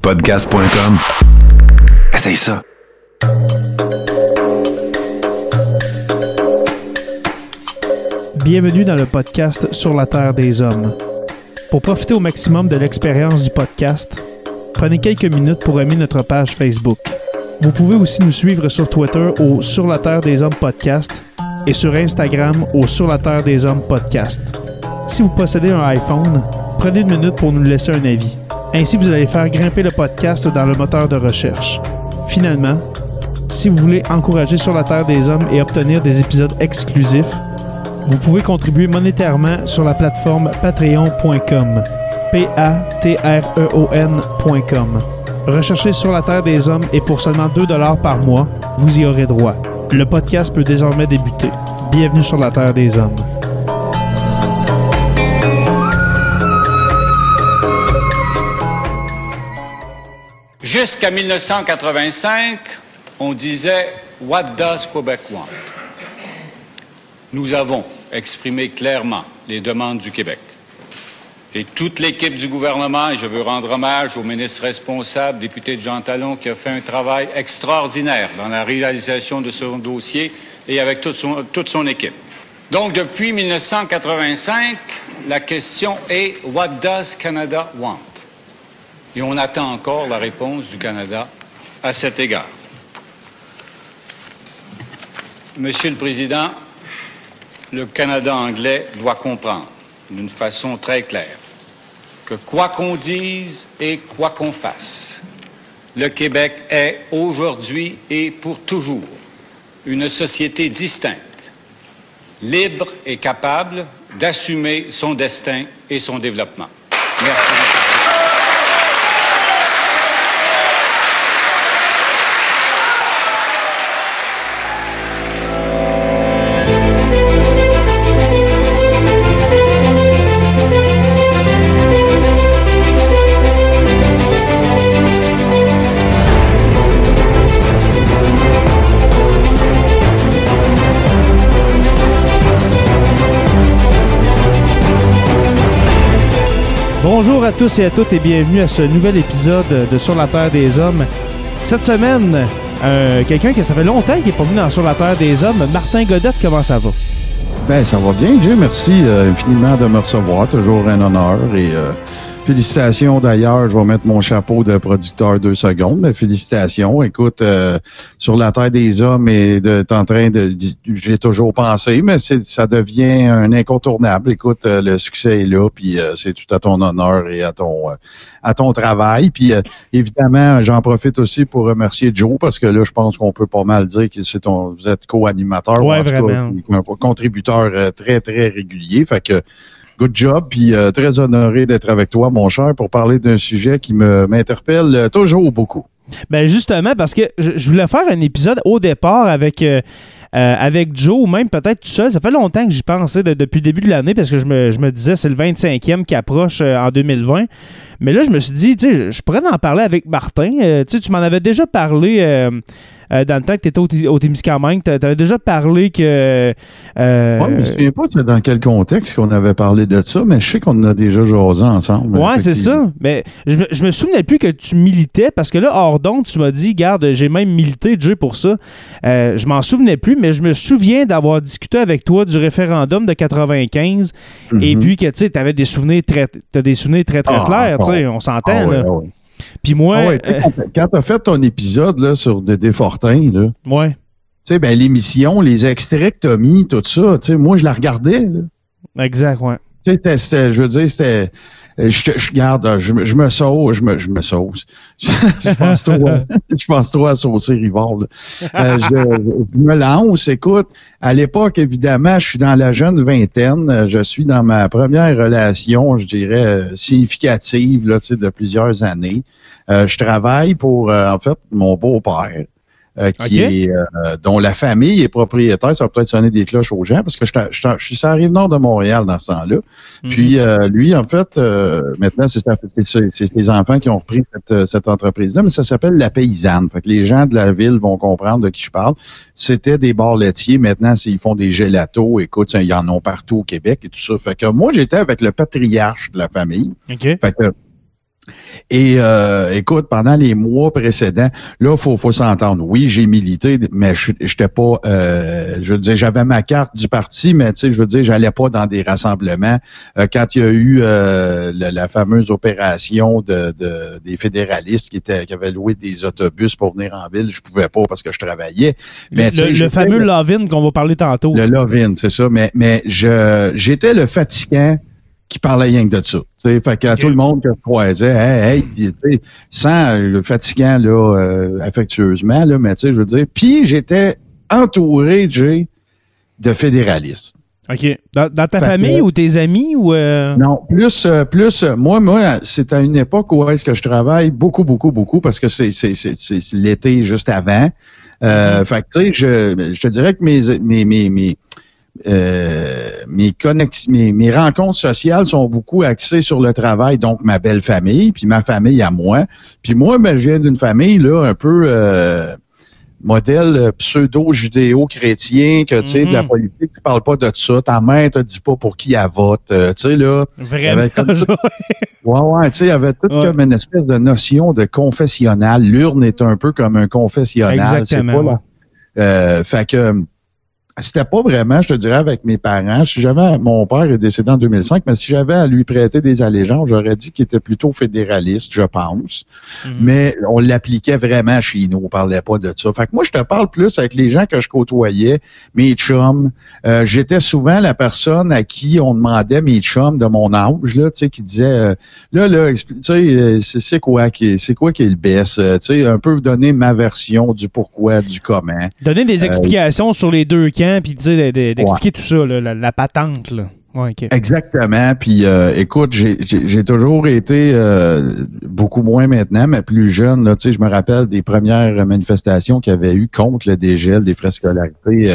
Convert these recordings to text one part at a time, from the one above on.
podcast.com. Essaye ça. Bienvenue dans le podcast Sur la Terre des Hommes. Pour profiter au maximum de l'expérience du podcast, prenez quelques minutes pour aimer notre page Facebook. Vous pouvez aussi nous suivre sur Twitter au Sur la Terre des Hommes podcast et sur Instagram au Sur la Terre des Hommes podcast. Si vous possédez un iPhone, prenez une minute pour nous laisser un avis. Ainsi, vous allez faire grimper le podcast dans le moteur de recherche. Finalement, si vous voulez encourager Sur la Terre des Hommes et obtenir des épisodes exclusifs, vous pouvez contribuer monétairement sur la plateforme patreon.com. patreon.com. Recherchez Sur la Terre des Hommes et pour seulement 2$ par mois, vous y aurez droit. Le podcast peut désormais débuter. Bienvenue sur la Terre des Hommes. Jusqu'à 1985, on disait « What does Quebec want ?» Nous avons exprimé clairement les demandes du Québec. Et toute l'équipe du gouvernement, et je veux rendre hommage au ministre responsable, député de Jean Talon, qui a fait un travail extraordinaire dans la réalisation de son dossier et avec toute son équipe. Donc, depuis 1985, la question est « What does Canada want ?» Et on attend encore la réponse du Canada à cet égard. Monsieur le Président, le Canada anglais doit comprendre d'une façon très claire que quoi qu'on dise et quoi qu'on fasse, le Québec est aujourd'hui et pour toujours une société distincte, libre et capable d'assumer son destin et son développement. Merci. Bonjour à tous et à toutes et bienvenue à ce nouvel épisode de Sur la Terre des Hommes. Cette semaine, quelqu'un qui ça fait longtemps qu'il n'est pas venu dans Sur la Terre des Hommes, Martin Godette, comment ça va? Ben ça va bien, Dieu merci infiniment de me recevoir, toujours un honneur et félicitations d'ailleurs, je vais mettre mon chapeau de producteur 2 secondes, mais félicitations, écoute, Sur la Terre des Hommes et t'es en train de, j'ai toujours pensé, mais ça devient un incontournable, écoute, le succès est là, puis c'est tout à ton honneur et à ton travail, puis évidemment, j'en profite aussi pour remercier Joe, parce que là, je pense qu'on peut pas mal dire que vous êtes co-animateur, ouais, vraiment. Un contributeur très, très régulier, fait que good job, puis très honoré d'être avec toi, mon cher, pour parler d'un sujet qui m'interpelle toujours beaucoup. Ben justement, parce que je voulais faire un épisode au départ avec Joe, ou même peut-être tout seul. Ça fait longtemps que j'y pensais depuis le début de l'année, parce que je me disais c'est le 25e qui approche en 2020. Mais là, je me suis dit, tu sais, je pourrais en parler avec Martin. Tu m'en avais déjà parlé dans le temps que tu étais au Témiscamingue. Tu avais déjà parlé que... Oui, je ne me souviens pas dans quel contexte qu'on avait parlé de ça, mais je sais qu'on en a déjà jasé ensemble. Oui, c'est ça. Mais je me souvenais plus que tu militais, parce que là, hors d'onde, tu m'as dit, garde, j'ai même milité, Dieu, pour ça. Je m'en souvenais plus, mais je me souviens d'avoir discuté avec toi du référendum de 95, et puis que, tu sais, tu avais des souvenirs très clairs, tu sais, on s'entend, là. Ouais. Puis moi... quand tu as fait ton épisode là, sur Dédé Fortin, là, ouais. Tu sais, ben l'émission, les extraits que tu as mis, tout ça, tu sais, moi, je la regardais, là. Exact, ouais. Tu sais, je veux dire, c'était... Je garde, je me sauce, je me sauce. Je pense trop à saucer Rivard. Je me lance. Écoute, à l'époque, évidemment, je suis dans la jeune vingtaine. Je suis dans ma première relation, je dirais, significative là, de plusieurs années. Je travaille pour, en fait, mon beau-père. Dont la famille est propriétaire. Ça va peut-être sonner des cloches aux gens parce que je suis sur la Rive-Nord de Montréal dans ce temps-là. Mm-hmm. Puis lui, en fait, maintenant, c'est ses enfants qui ont repris cette entreprise-là, mais ça s'appelle La Paysanne. Fait que les gens de la ville vont comprendre de qui je parle. C'était des bars laitiers. Maintenant, ils font des gélatos. Écoute, ils en ont partout au Québec et tout ça. Fait que moi, j'étais avec le patriarche de la famille. Okay. Fait que Et écoute, pendant les mois précédents, là, faut s'entendre. Oui, j'ai milité, mais j'étais pas, je veux dire, j'avais ma carte du parti, mais tu sais, je veux dire, j'allais pas dans des rassemblements. Quand il y a eu la fameuse opération des fédéralistes qui avaient loué des autobus pour venir en ville, je pouvais pas parce que je travaillais. Mais le fameux Love-in qu'on va parler tantôt. Le Love-in, c'est ça. Mais j'étais le fatigant qui parlait rien que de ça. T'sais, fait qu'à tout le monde que je croisais, sans le fatigant là, affectueusement, là, mais tu sais, je veux dire. Puis j'étais entouré, de fédéralistes. OK. Dans ta famille ou tes amis ou Non, plus moi, c'est à une époque où est-ce que je travaille beaucoup parce que c'est l'été juste avant. Fait que tu sais, je te dirais que mes rencontres sociales sont beaucoup axées sur le travail, donc ma belle famille, puis ma famille à moi. Puis moi, je viens d'une famille là un peu modèle pseudo-judéo-chrétien, que tu sais, de la politique, tu parles pas de ça. Ta mère te dit pas pour qui elle vote. Tu sais, là. Vraiment. Ouais, tu sais, il y avait toute comme une espèce de notion de confessionnal. L'urne est un peu comme un confessionnal. Exactement. Fait que c'était pas vraiment, je te dirais, avec mes parents. Mon père est décédé en 2005, mais si j'avais à lui prêter des allégeances, j'aurais dit qu'il était plutôt fédéraliste, je pense. Mais on l'appliquait vraiment chez nous, on parlait pas de ça. Fait que moi, je te parle plus avec les gens que je côtoyais, mes chums. J'étais souvent la personne à qui on demandait mes chums de mon âge, là, tu sais, qui disait, tu sais, c'est quoi qui est le best? Tu sais, un peu donner ma version du pourquoi, du comment. Donner des explications sur les deux camps, puis d'expliquer tout ça, là, la patente. Là. Ouais, okay. Exactement. Puis, écoute, j'ai toujours été beaucoup moins maintenant, mais plus jeune. Là, tu sais, je me rappelle des premières manifestations qu'il y avait eu contre le dégel des frais scolarités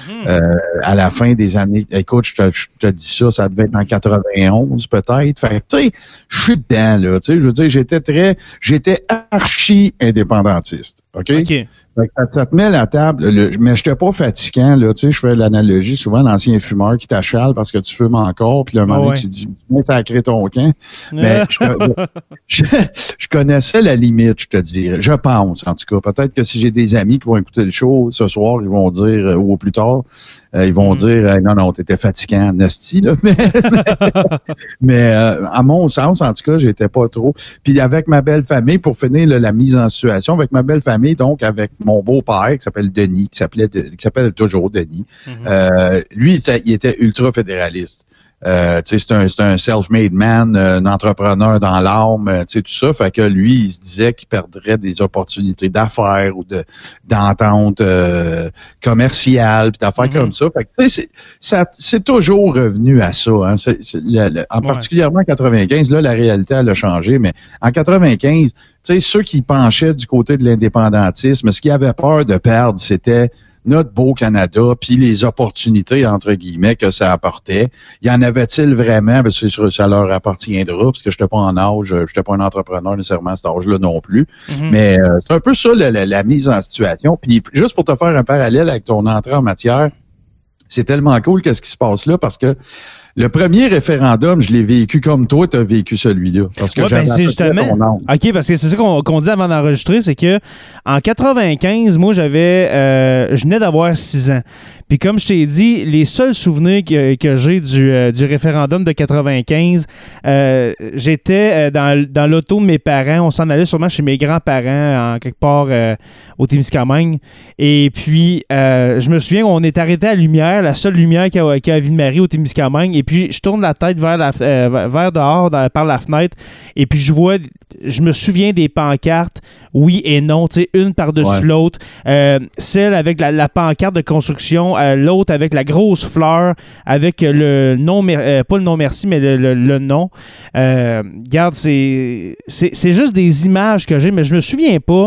à la fin des années. Écoute, je te dis ça devait être en 91 peut-être. Fait tu sais, je suis dedans là. Tu sais, je veux dire, j'étais archi indépendantiste. OK? Ça te met la table, mais je n'étais pas fatigant, là, tu sais, je fais l'analogie, souvent l'ancien fumeur qui t'achale parce que tu fumes encore, puis le moment donné, tu dis, ça a créé ton camp. Mais je connaissais la limite, je te dirais. Je pense, en tout cas. Peut-être que si j'ai des amis qui vont écouter le show ce soir, ils vont dire, ou plus tard, ils vont dire, non, t'étais fatigant, nasty, là. Mais à mon sens, en tout cas, j'étais pas trop. Puis avec ma belle famille, pour finir la mise en situation, avec ma belle famille, donc avec mon beau-père qui s'appelle Denis, qui s'appelle toujours Denis, lui, il était ultra fédéraliste. Tu sais, c'est un self-made man, un entrepreneur dans l'âme, tu sais, tout ça. Fait que lui, il se disait qu'il perdrait des opportunités d'affaires ou d'entente commerciale, puis d'affaires comme ça. Fait que, tu sais, c'est toujours revenu à ça. Hein. Particulièrement en 95, là, la réalité, elle a changé, mais en 95, tu sais, ceux qui penchaient du côté de l'indépendantisme, ce qu'ils avaient peur de perdre, c'était notre beau Canada, puis les opportunités, entre guillemets, que ça apportait. Y en avait-il vraiment? Ben, ça leur appartiendra, parce que je n'étais pas en âge, je n'étais pas un entrepreneur nécessairement à cet âge-là non plus. Mais c'est un peu ça, la mise en situation. Puis juste pour te faire un parallèle avec ton entrée en matière, c'est tellement cool qu'est-ce qui se passe là, parce que le premier référendum, je l'ai vécu comme toi, tu as vécu celui-là. Parce que j'avais c'est justement. OK, parce que c'est ça qu'on dit avant d'enregistrer, c'est que en 95, moi, je venais d'avoir 6 ans. Puis comme je t'ai dit, les seuls souvenirs que j'ai du référendum de 95, j'étais dans l'auto de mes parents. On s'en allait sûrement chez mes grands-parents, en quelque part au Témiscamingue. Et puis, je me souviens qu'on est arrêté à la lumière, la seule lumière qu'il y a à Ville-Marie au Témiscamingue. Et puis, je tourne la tête vers dehors, par la fenêtre. Et puis, je me souviens des pancartes, oui et non, tu sais, une par-dessus l'autre. Celle avec la pancarte de construction, l'autre avec la grosse fleur, avec le non, pas le non merci, mais le non. Regarde, c'est juste des images que j'ai, mais je me souviens pas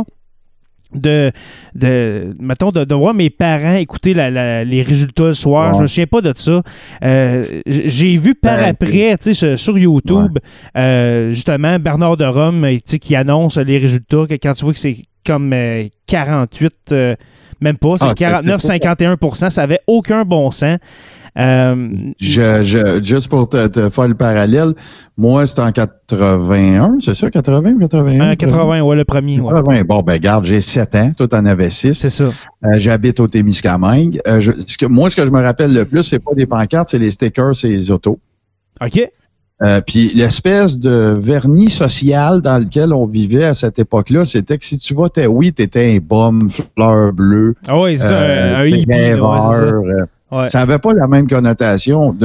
mettons, de voir mes parents écouter les résultats le soir. Je me souviens pas de ça. J'ai vu par après, tu sais, sur YouTube, justement, Bernard de Rome, qui annonce les résultats, que quand tu vois que c'est comme 48, même pas, c'est 49-51%, ça avait aucun bon sens. Juste pour te faire le parallèle, moi, c'était en 81, c'est ça, 80 ou 81? 80, ouais, le premier. Ouais. 80. Bon, ben, garde, j'ai 7 ans, toi, t'en avais 6. C'est ça. J'habite au Témiscamingue. Moi, ce que je me rappelle le plus, c'est pas des pancartes, c'est les stickers, c'est les autos. OK. Puis l'espèce de vernis social dans lequel on vivait à cette époque-là, c'était que si tu votais oui, t'étais un bum, fleur bleue. Ah oui, c'est ça, un hippie. Ça n'avait pas la même connotation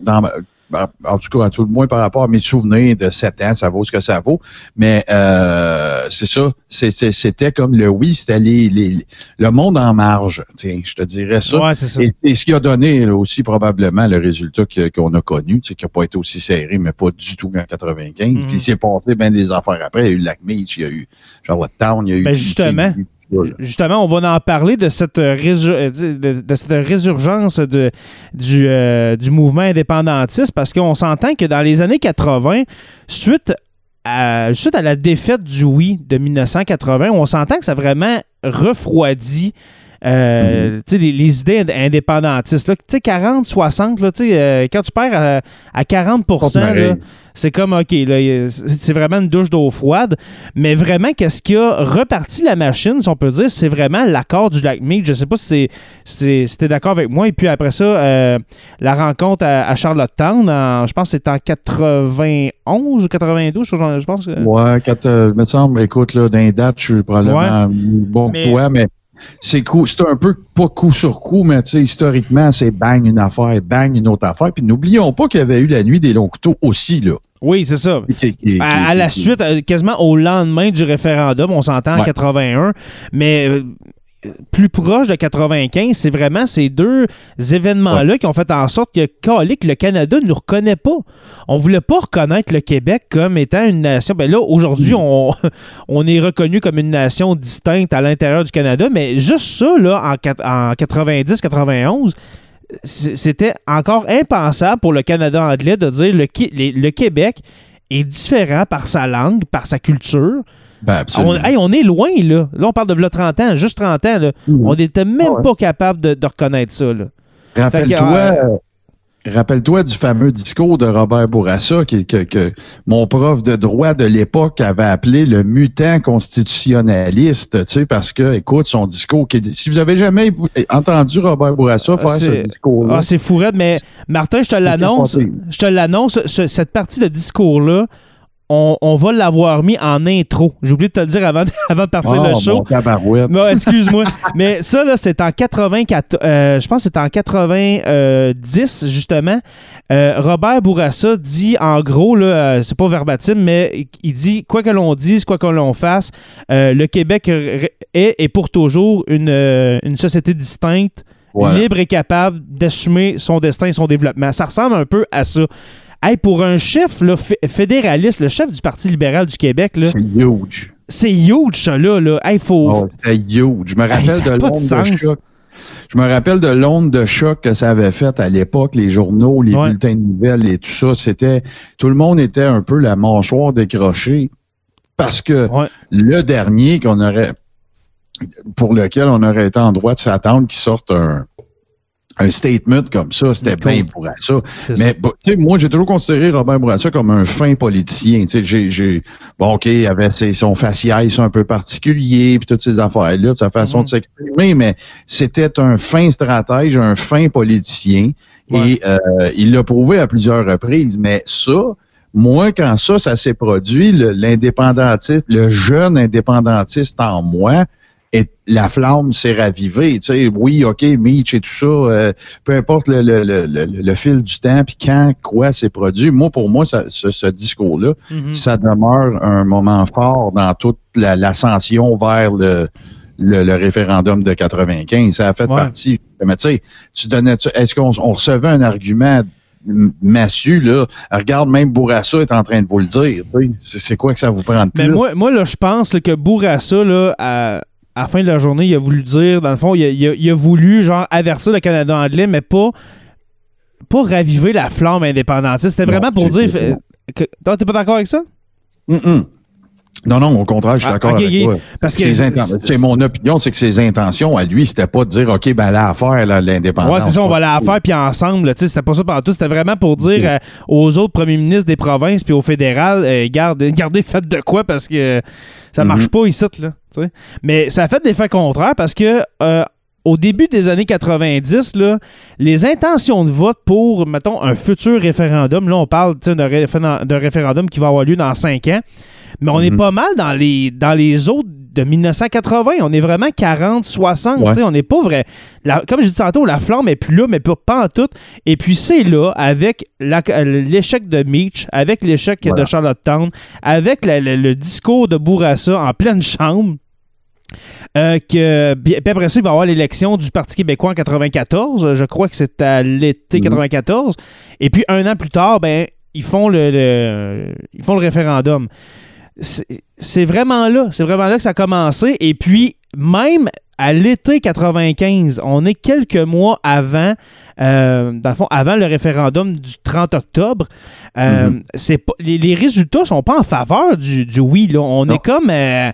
en tout cas, à tout le moins par rapport à mes souvenirs de 7 ans, ça vaut ce que ça vaut. Mais c'est ça, c'était comme le oui, c'était le monde en marge. Tiens, je te dirais ça. Ouais, c'est ça. Et ce qui a donné là, aussi probablement le résultat qu'on a connu, qui n'a pas été aussi serré, mais pas du tout qu'en 95. Puis il s'est passé bien des affaires après. Il y a eu Lac Meech, il y a eu Charlottetown, il y a eu... Ben Justement, on va en parler de cette résurgence du mouvement indépendantiste parce qu'on s'entend que dans les années 80, suite à la défaite du oui de 1980, on s'entend que ça a vraiment refroidi les idées indépendantistes. 40, 60, là, quand tu perds à 40%, là, c'est comme, OK, là, c'est vraiment une douche d'eau froide. Mais vraiment, qu'est-ce qui a reparti la machine, si on peut dire, c'est vraiment l'accord du Lac Meech. Je ne sais pas si t'es d'accord avec moi. Et puis après ça, la rencontre à Charlottetown, je pense que c'était en 91 ou 92, je pense. Ouais, il me semble, écoute, là, dans les dates, je suis probablement bon que toi, mais c'est un peu pas coup sur coup, mais tu sais, historiquement, c'est bang une affaire, bang une autre affaire. Puis n'oublions pas qu'il y avait eu la nuit des longs couteaux aussi, là. Oui, c'est ça. À la suite, quasiment au lendemain du référendum, on s'entend en 81, mais plus proche de 95, c'est vraiment ces deux événements-là qui ont fait en sorte que le Canada ne nous reconnaît pas. On voulait pas reconnaître le Québec comme étant une nation. Ben là, aujourd'hui, on est reconnu comme une nation distincte à l'intérieur du Canada, mais juste ça, là, en 90-91, c'était encore impensable pour le Canada anglais de dire le Québec est différent par sa langue, par sa culture. Ben absolument. On est loin, là. Là, on parle de 30 ans, juste 30 ans. Là. On n'était même pas capable de reconnaître ça. Là. Rappelle-toi du fameux discours de Robert Bourassa que mon prof de droit de l'époque avait appelé le mutant constitutionnaliste, tu sais, parce que, écoute, son discours, si vous avez jamais entendu Robert Bourassa faire ce discours-là... c'est fou raide, mais Martin, je te l'annonce, cette partie de discours-là, on va l'avoir mis en intro. J'ai oublié de te le dire avant de partir le show. Non, excuse-moi. Mais ça, là, c'est en 84. Je pense que c'est en 90, justement. Robert Bourassa dit, en gros, là, c'est pas verbatim, mais il dit, quoi que l'on dise, quoi que l'on fasse, le Québec est et pour toujours une société distincte, libre et capable d'assumer son destin et son développement. Ça ressemble un peu à ça. Hey, pour un chef là, fédéraliste, le chef du Parti libéral du Québec... Là, c'est huge. C'est huge, ça, là. Hey, c'était huge. Je me rappelle de l'onde de choc. Je me rappelle de l'onde de choc que ça avait fait à l'époque, les journaux, les bulletins de nouvelles et tout ça. Tout le monde était un peu la mâchoire décrochée parce que le dernier pour lequel on aurait été en droit de s'attendre qu'il sorte un statement comme ça, c'était bien Bourassa. Mais moi, j'ai toujours considéré Robert Bourassa comme un fin politicien. OK, il avait son faciès un peu particulier, puis toutes ces affaires-là, sa façon de s'exprimer, mais c'était un fin stratège, un fin politicien, et il l'a prouvé à plusieurs reprises. Mais ça, moi, quand ça s'est produit, l'indépendantiste, le jeune indépendantiste en moi, et la flamme s'est ravivée. Tu sais, oui, OK, Meech et tout ça, peu importe le fil du temps, puis quoi s'est produit. Pour moi, ce discours-là, ça demeure un moment fort dans toute l'ascension vers le référendum de 95. Ça a fait partie. Mais tu sais, est-ce qu'on recevait un argument massue, là? Regarde, même Bourassa est en train de vous le dire. C'est quoi que ça vous prend de plus? Mais moi là, je pense là, que Bourassa, là, à la fin de la journée, il a voulu dire, dans le fond, il a voulu genre avertir le Canada anglais, mais pas raviver la flamme indépendantiste. C'était vraiment pour dire... T'es pas d'accord avec ça? Non, au contraire, je suis d'accord avec toi. Parce que c'est mon opinion, c'est que ses intentions à lui, c'était pas de dire, OK, ben là, à faire l'indépendance. Ouais, c'est ça, on va la faire, puis ensemble, tu sais, c'était pas ça partout. C'était vraiment pour dire aux autres premiers ministres des provinces puis au fédéral, gardez, faites de quoi, parce que ça marche pas ici, là. T'sais. Mais ça a fait l'effet contraire, parce que au début des années 90, là, les intentions de vote pour, mettons, un futur référendum, là, on parle d'un référendum qui va avoir lieu dans 5 ans, mais on est pas mal dans les autres de 1980. On est vraiment 40, 60. Ouais. On n'est pas vrai. Comme je dis tantôt, la flamme est plus là, mais pas en tout. Et puis c'est là, avec l'échec de Meach, avec l'échec de Charlottetown, avec le discours de Bourassa en pleine chambre, puis après ça, il va y avoir l'élection du Parti québécois en 94. Je crois que c'est à l'été 94. Et puis, un an plus tard, ben, ils font le référendum. C'est vraiment là que ça a commencé. Et puis, même à l'été 95, on est quelques mois avant, dans le fond, avant le référendum du 30 octobre. C'est pas, les résultats sont pas en faveur du oui. Là. On est comme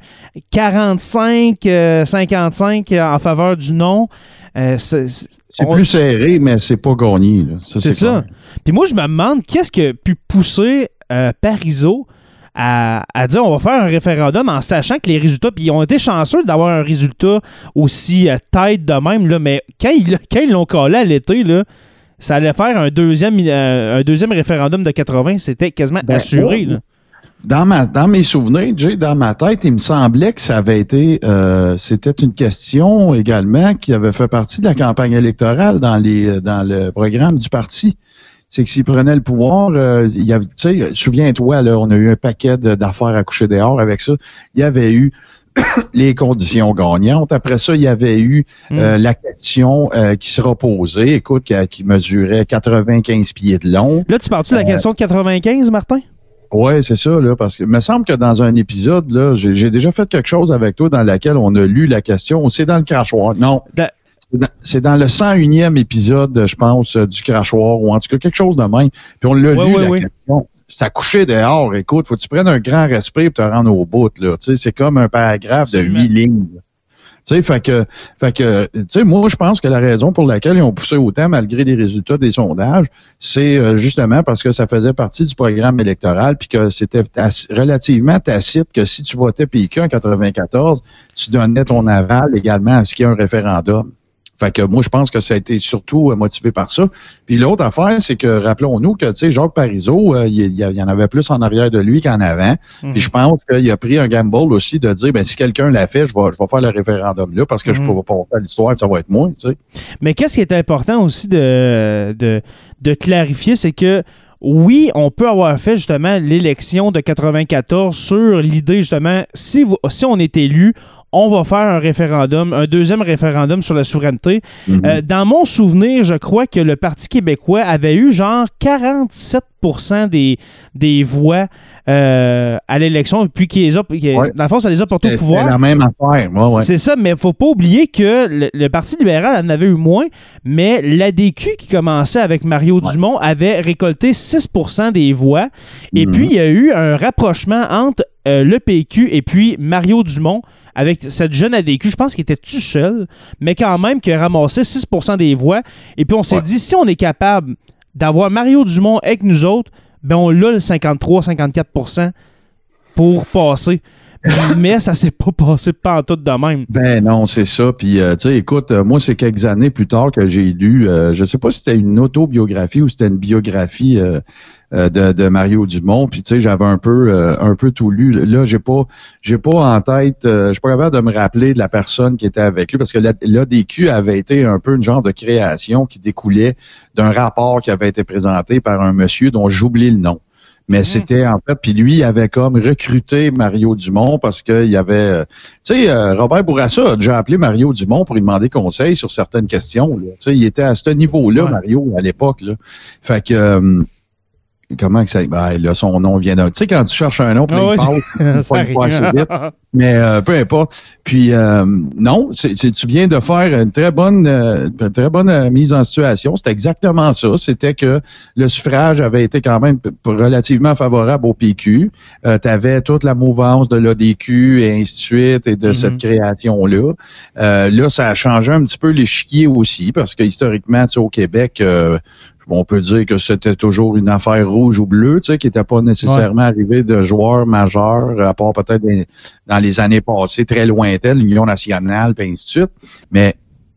45-55 en faveur du non. C'est plus serré, mais c'est pas gagné. Là. C'est ça. Puis moi, je me demande qu'est-ce qui a pu pousser Parizeau à dire on va faire un référendum en sachant que les résultats, puis ils ont été chanceux d'avoir un résultat aussi tête de même, là, mais quand ils l'ont collé à l'été, là, ça allait faire un deuxième référendum de 80, c'était quasiment assuré. Là. Dans mes souvenirs, Jay, dans ma tête, il me semblait que ça avait été c'était une question également qui avait fait partie de la campagne électorale dans le programme du parti. C'est que s'il prenait le pouvoir, il y avait, tu sais, souviens-toi, là, on a eu un paquet d'affaires à coucher dehors avec ça. Il y avait eu les conditions gagnantes. Après ça, il y avait eu la question qui sera posée, écoute, qui mesurait 95 pieds de long. Là, tu parles-tu de la question de 95, Martin? Oui, c'est ça, là, parce que il me semble que dans un épisode, là, j'ai déjà fait quelque chose avec toi dans laquelle on a lu la question. C'est dans le crachoir. Non. C'est dans le 101e épisode, je pense, du crachoir, ou en tout cas quelque chose de même. Puis on l'a lu, la question. C'est à coucher dehors. Écoute, faut que tu prennes un grand respect pour te rendre au bout. Là. Tu sais, c'est comme un paragraphe de 8 lignes. Tu sais, fait que, tu sais, moi, je pense que la raison pour laquelle ils ont poussé autant, malgré les résultats des sondages, c'est justement parce que ça faisait partie du programme électoral, puis que c'était relativement tacite que si tu votais PQ en 94, tu donnais ton aval également à ce qu'il y ait un référendum. Fait que moi, je pense que ça a été surtout motivé par ça. Puis l'autre affaire, c'est que, rappelons-nous que, tu sais, Jacques Parizeau, il y en avait plus en arrière de lui qu'en avant. Puis je pense qu'il a pris un gamble aussi de dire, ben si quelqu'un l'a fait, je vais faire le référendum là parce que je ne pourrais pas faire l'histoire, ça va être moi, tu sais. Mais qu'est-ce qui est important aussi de clarifier, c'est que oui, on peut avoir fait justement l'élection de 94 sur l'idée justement, si on est élu, on va faire un référendum, un deuxième référendum sur la souveraineté. Dans mon souvenir, je crois que le Parti québécois avait eu genre 47% des voix à l'élection, puis dans le fond, ça les a portés au pouvoir. C'est la même affaire. Ouais. C'est ça, mais il ne faut pas oublier que le Parti libéral en avait eu moins, mais l'ADQ qui commençait avec Mario Dumont avait récolté 6% des voix. Et puis, il y a eu un rapprochement entre le PQ et puis Mario Dumont avec cette jeune ADQ, je pense qu'il était tout seul, mais quand même qui a ramassé 6% des voix. Et puis on s'est dit, si on est capable d'avoir Mario Dumont avec nous autres, ben on l'a le 53-54% pour passer. Mais ça s'est pas passé pantoute de même. Ben non, c'est ça. Puis, tu sais, écoute, moi, c'est quelques années plus tard que j'ai lu, je sais pas si c'était une autobiographie ou si c'était une biographie de Mario Dumont. Puis, tu sais, j'avais un peu tout lu. Là, j'ai pas en tête, je suis pas capable de me rappeler de la personne qui était avec lui parce que l'ADQ avait été un peu une genre de création qui découlait d'un rapport qui avait été présenté par un monsieur dont j'oublie le nom. Mais c'était en fait, puis lui, il avait comme recruté Mario Dumont parce qu'il y avait, tu sais, Robert Bourassa a déjà appelé Mario Dumont pour lui demander conseil sur certaines questions. Tu sais, il était à ce niveau-là, Mario, à l'époque. Là. Fait que, comment que ça, ben, là, son nom vient d'un, tu sais, quand tu cherches un nom, puis il passe, il faut le faire assez vite. Mais peu importe. Puis non, tu viens de faire une très bonne mise en situation. C'était exactement ça. C'était que le suffrage avait été quand même relativement favorable au PQ. Tu avais toute la mouvance de l'ADQ et ainsi de suite et de cette création-là. Là, ça a changé un petit peu l'échiquier aussi parce que historiquement, tu sais, au Québec, on peut dire que c'était toujours une affaire rouge ou bleue, tu sais, qui n'était pas nécessairement arrivée de joueurs majeurs, à part peut-être dans les années passées, très lointaines, l'Union nationale, puis ainsi de suite. Mais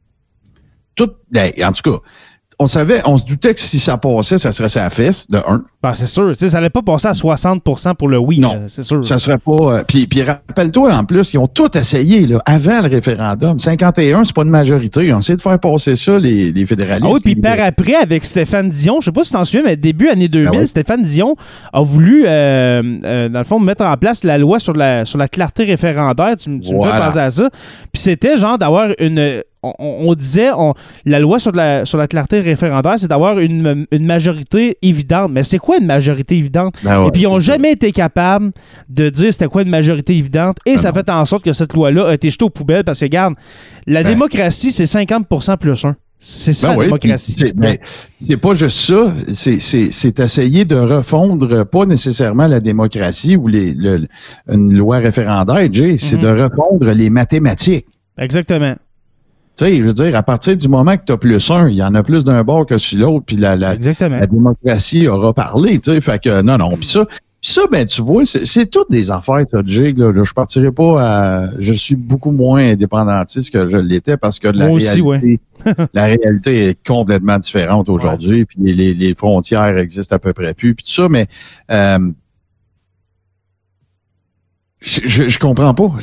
en tout cas, on se doutait que si ça passait, ça serait sa fesse, de un. Ben, c'est sûr. Ça n'allait pas passer à 60% pour le oui. Non, c'est sûr. Ça serait pas... Puis rappelle-toi, en plus, ils ont tout essayé là, avant le référendum. 51, c'est pas une majorité. Ils ont essayé de faire passer ça, les fédéralistes. Ah oui, puis par après, avec Stéphane Dion, je sais pas si tu t'en souviens, mais début année 2000, Stéphane Dion a voulu, dans le fond, mettre en place la loi sur la clarté référendaire. Tu me fais penser à ça. Puis c'était genre d'avoir une... On disait, la loi sur la clarté référendaire, c'est d'avoir une majorité évidente. Mais c'est quoi une majorité évidente? Et puis, ils n'ont jamais été capables de dire c'était quoi une majorité évidente. Et ça fait en sorte que cette loi-là a été jetée aux poubelles parce que, regarde, la démocratie, c'est 50% plus 1. C'est ça, la démocratie. Mais c'est pas juste ça. C'est essayer de refondre, pas nécessairement la démocratie ou une loi référendaire, Jay. C'est de refondre les mathématiques. Exactement. Tu sais, je veux dire, à partir du moment que tu as plus un, il y en a plus d'un bord que sur l'autre, puis la démocratie aura parlé, tu sais, fait que non. Puis ça, ben tu vois, c'est toutes des affaires, ça, Jake, là. Je partirai pas à... Je suis beaucoup moins indépendantiste que je l'étais parce que la réalité est complètement différente aujourd'hui, puis les frontières existent à peu près plus, puis tout ça, mais... Je comprends pas.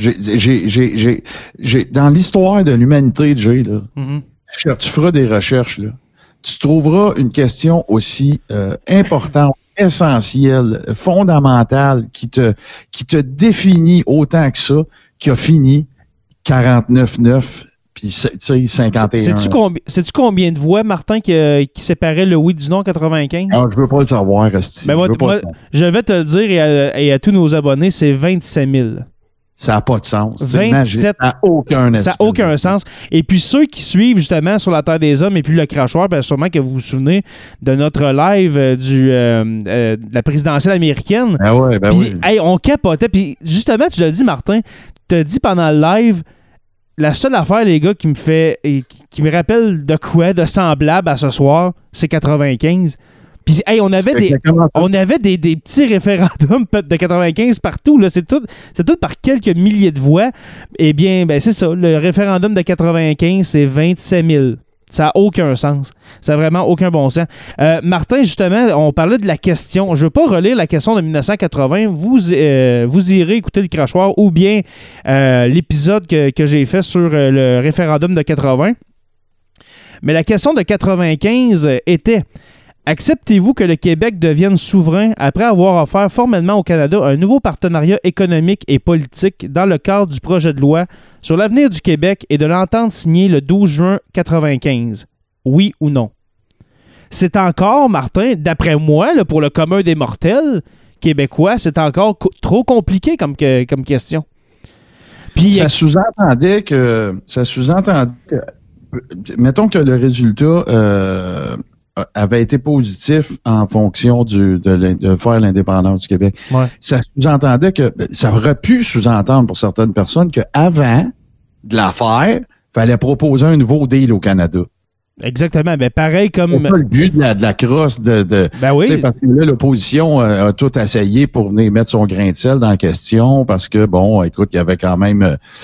Dans l'histoire de l'humanité, Jay, là, tu feras des recherches, là. Tu trouveras une question aussi importante, essentielle, fondamentale, qui te définit autant que ça, qui a fini 49-9, puis tu sais, 51. Sais-tu combien de voix, Martin, qui séparait le oui du non 95? Ah, je veux pas le savoir, Esti. Ben je vais te le dire et à tous nos abonnés, c'est 27 000. Ça n'a pas de sens. 27. Ça n'a aucun sens. Et puis ceux qui suivent justement sur la Terre des Hommes et puis le crachoir, bien sûrement que vous vous souvenez de notre live de la présidentielle américaine. Ben oui, ben oui. Hey, on capotait. Puis justement, tu l'as dit, Martin, tu as dit pendant le live, la seule affaire, les gars, qui me rappelle de quoi, de semblable à ce soir, c'est 95. Puis, hey, on avait des petits référendums de 95 partout. Là. C'est tout par quelques milliers de voix. Eh bien, ben, c'est ça. Le référendum de 95, c'est 27 000. Ça n'a aucun sens. Ça n'a vraiment aucun bon sens. Martin, justement, on parlait de la question. Je ne veux pas relire la question de 1980. Vous irez écouter le crachoir ou bien l'épisode que j'ai fait sur le référendum de 80. Mais la question de 95 était... Acceptez-vous que le Québec devienne souverain après avoir offert formellement au Canada un nouveau partenariat économique et politique dans le cadre du projet de loi sur l'avenir du Québec et de l'entente signée le 12 juin 1995? Oui ou non? C'est encore, Martin, d'après moi, là, pour le commun des mortels québécois, c'est encore trop compliqué comme question. Puis, ça sous-entendait que... Mettons que le résultat... avait été positif en fonction de faire l'indépendance du Québec. Ouais. Ça sous-entendait que ça aurait pu sous-entendre pour certaines personnes qu'avant de la faire, il fallait proposer un nouveau deal au Canada. Exactement. Ben, pareil comme... C'est pas le but de la crosse de ben oui. Parce que là, l'opposition a tout essayé pour venir mettre son grain de sel dans la question parce que, bon, écoute, il y avait quand même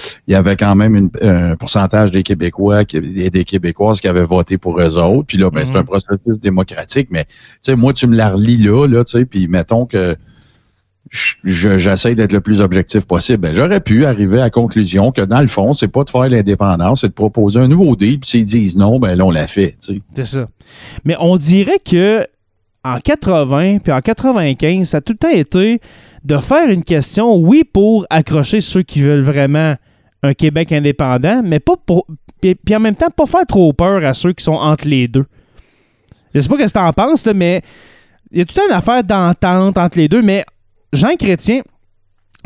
un pourcentage des Québécois et des Québécoises qui avaient voté pour eux autres. Puis là, ben, c'est un processus démocratique. Mais, tu sais, moi, tu me la relis là, tu sais, puis mettons que j'essaie d'être le plus objectif possible. Ben, j'aurais pu arriver à la conclusion que, dans le fond, c'est pas de faire l'indépendance, c'est de proposer un nouveau deal, puis s'ils disent non, ben là, on l'a fait. Tu sais. C'est ça. Mais on dirait que en 80 puis en 95, ça a tout le temps été de faire une question, oui, pour accrocher ceux qui veulent vraiment un Québec indépendant, mais pas pour... Puis en même temps, pas faire trop peur à ceux qui sont entre les deux. Je sais pas ce que tu en penses, là, mais il y a tout le temps une affaire d'entente entre les deux, mais Jean Chrétien,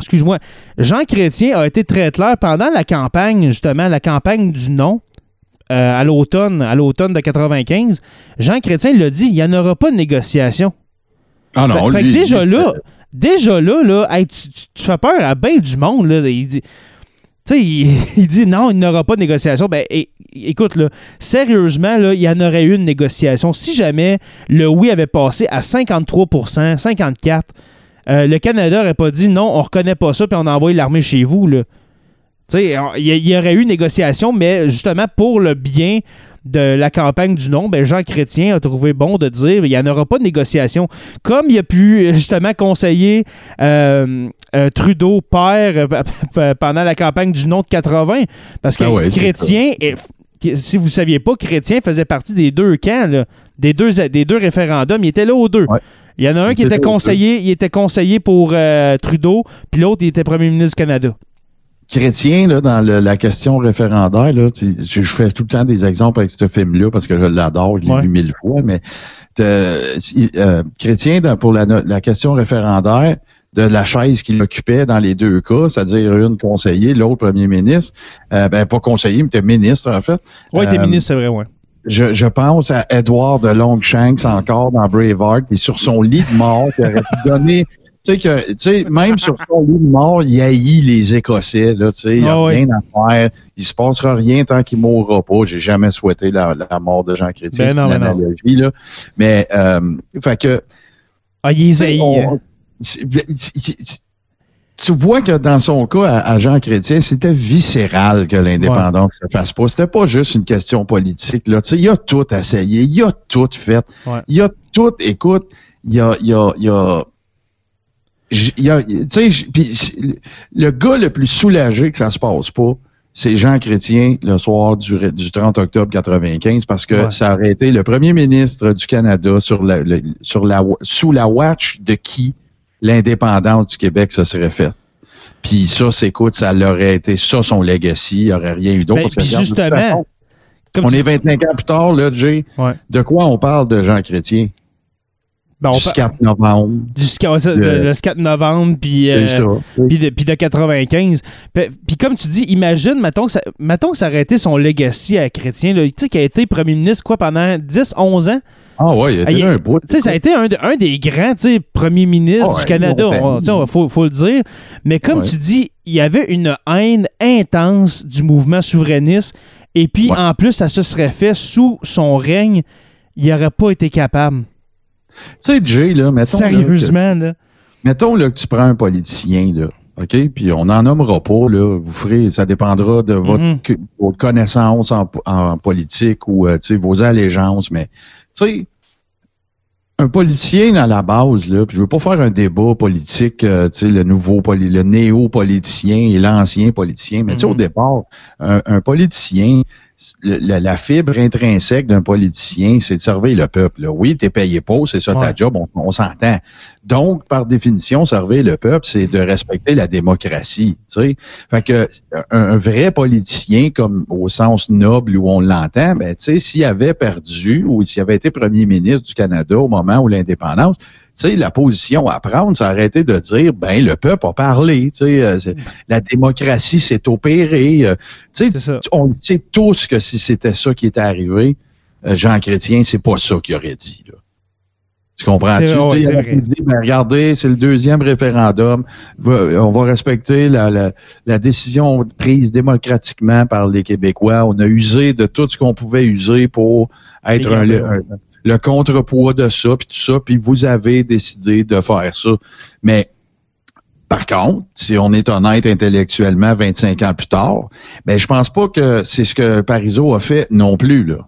excuse-moi, Jean Chrétien a été très clair pendant la campagne, justement, la campagne du non, à l'automne de 95. Jean Chrétien l'a dit, il n'y en aura pas de négociation. Ah non, Fait que déjà là, hey, tu fais peur à bien du monde, là. Il dit... Tu sais, il dit non, il n'y aura pas de négociation. Ben, écoute, là, sérieusement, là, il y en aurait eu une négociation. Si jamais le oui avait passé à 53%, 54%, le Canada n'aurait pas dit non, on ne reconnaît pas ça, puis on envoie l'armée chez vous, là. Tu sais, il y aurait eu une négociation, mais justement, pour le bien de la campagne du non, ben Jean Chrétien a trouvé bon de dire il n'y en aura pas de négociation. Comme il a pu justement conseiller Trudeau père pendant la campagne du non de 80, parce que Chrétien, si vous ne saviez pas, Chrétien faisait partie des deux camps, là, des deux référendums. Il était là aux deux. Ouais. Il y en a un qui était conseiller, il était conseiller pour Trudeau, puis l'autre, il était premier ministre du Canada. Chrétien, là, dans la question référendaire, là, je fais tout le temps des exemples avec ce film-là parce que je l'adore, je l'ai vu 1000 fois, mais Chrétien, pour la question référendaire, de la chaise qu'il occupait dans les deux cas, c'est-à-dire une conseiller, l'autre premier ministre, pas conseiller, mais était ministre, en fait. Oui, t'es ministre, c'est vrai, oui. Je pense à Edward de Longshanks encore dans Braveheart, qui est sur son lit de mort, qui aurait pu donner... Tu sais, même sur son lit de mort, il haït les Écossais, là, tu sais, il n'y a rien à faire. Il se passera rien tant qu'il mourra pas. J'ai jamais souhaité la mort de Jean Chrétien, c'est une analogie, là. Mais, fait que... Ah, il est haï. Tu vois que dans son cas, à Jean Chrétien, c'était viscéral que l'indépendance ne se fasse pas. C'était pas juste une question politique, là. Tu sais, il a tout essayé, il a tout fait. Ouais. Il a tout, écoute, il y a le gars le plus soulagé que ça se passe pas, c'est Jean Chrétien le soir du 30 octobre 95 parce que ça aurait été le premier ministre du Canada sous la watch de qui l'indépendance du Québec se serait faite. Puis ça, ça l'aurait été ça son legacy, il n'y aurait rien eu d'autre. Puis justement, on est 25 ans plus tard, là, Jay. Ouais. De quoi on parle de Jean Chrétien? Du 4 novembre. Le 4 novembre, puis de 95. Puis comme tu dis, imagine, mettons que ça aurait été son legacy à Chrétien, tu sais, qui a été premier ministre pendant 10-11 ans. Ah ouais, il a été un bout. Tu sais, ça a été un des grands premiers ministres du Canada, faut le dire. Mais comme tu dis, il y avait une haine intense du mouvement souverainiste, et puis en plus, ça se serait fait sous son règne, il n'aurait pas été capable. Tu sais, Jay, là, mettons... Sérieusement, là. Mettons là, que tu prends un politicien, là, OK? Puis on n'en nommera pas, là. Vous ferez... Ça dépendra de votre connaissance en politique ou, vos allégeances, mais, tu sais, un politicien à la base, là, puis je veux pas faire un débat politique, le néo-politicien et l'ancien politicien, mais tu sais, au départ, un politicien... La fibre intrinsèque d'un politicien, c'est de servir le peuple. Là. Oui, t'es payé pas, c'est ça ta job, on s'entend. Donc, par définition, servir le peuple, c'est de respecter la démocratie. Tu sais, fait que un vrai politicien, comme au sens noble où on l'entend, ben, tu sais, s'il avait perdu ou s'il avait été premier ministre du Canada au moment où l'indépendance, tu sais, la position à prendre, ça aurait été de dire, ben, le peuple a parlé, tu sais, la démocratie s'est opérée. Tu sais, on sait tous que si c'était ça qui était arrivé, Jean Chrétien, c'est pas ça qu'il aurait dit, là. Tu comprends-tu? Il aurait dit, ben, regardez, c'est le deuxième référendum. On va respecter la décision prise démocratiquement par les Québécois. On a usé de tout ce qu'on pouvait user pour être le contrepoids de ça, puis tout ça, puis vous avez décidé de faire ça. Mais par contre, si on est honnête intellectuellement 25 ans plus tard, ben je pense pas que c'est ce que Parizeau a fait non plus, là.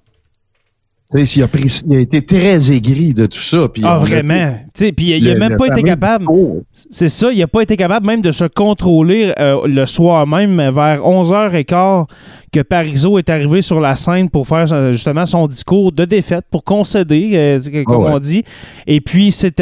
Tu sais, il a été très aigri de tout ça. Puis vraiment. Puis il n'a même pas été capable. C'est ça, il n'a pas été capable même de se contrôler le soir même, vers 11h15, que Parizeau est arrivé sur la scène pour faire justement son discours de défaite, pour concéder, comme on dit. Et puis, c'est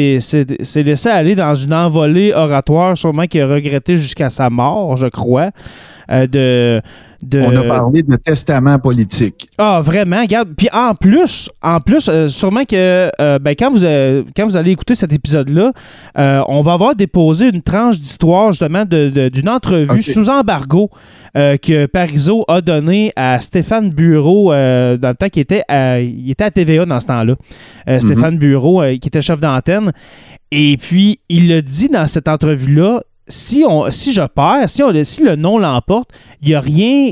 laissé aller dans une envolée oratoire, sûrement qu'il a regretté jusqu'à sa mort, je crois, On a parlé de testament politique. Ah, vraiment, regarde. Puis en plus, sûrement que quand vous allez écouter cet épisode-là, on va avoir déposé une tranche d'histoire, justement, d'une entrevue sous embargo que Parizeau a donnée à Stéphane Bureau dans le temps qu'il était il était à TVA dans ce temps-là. Stéphane Bureau, qui était chef d'antenne. Et puis, il a dit dans cette entrevue-là, si je perds, si le non l'emporte, il n'y a rien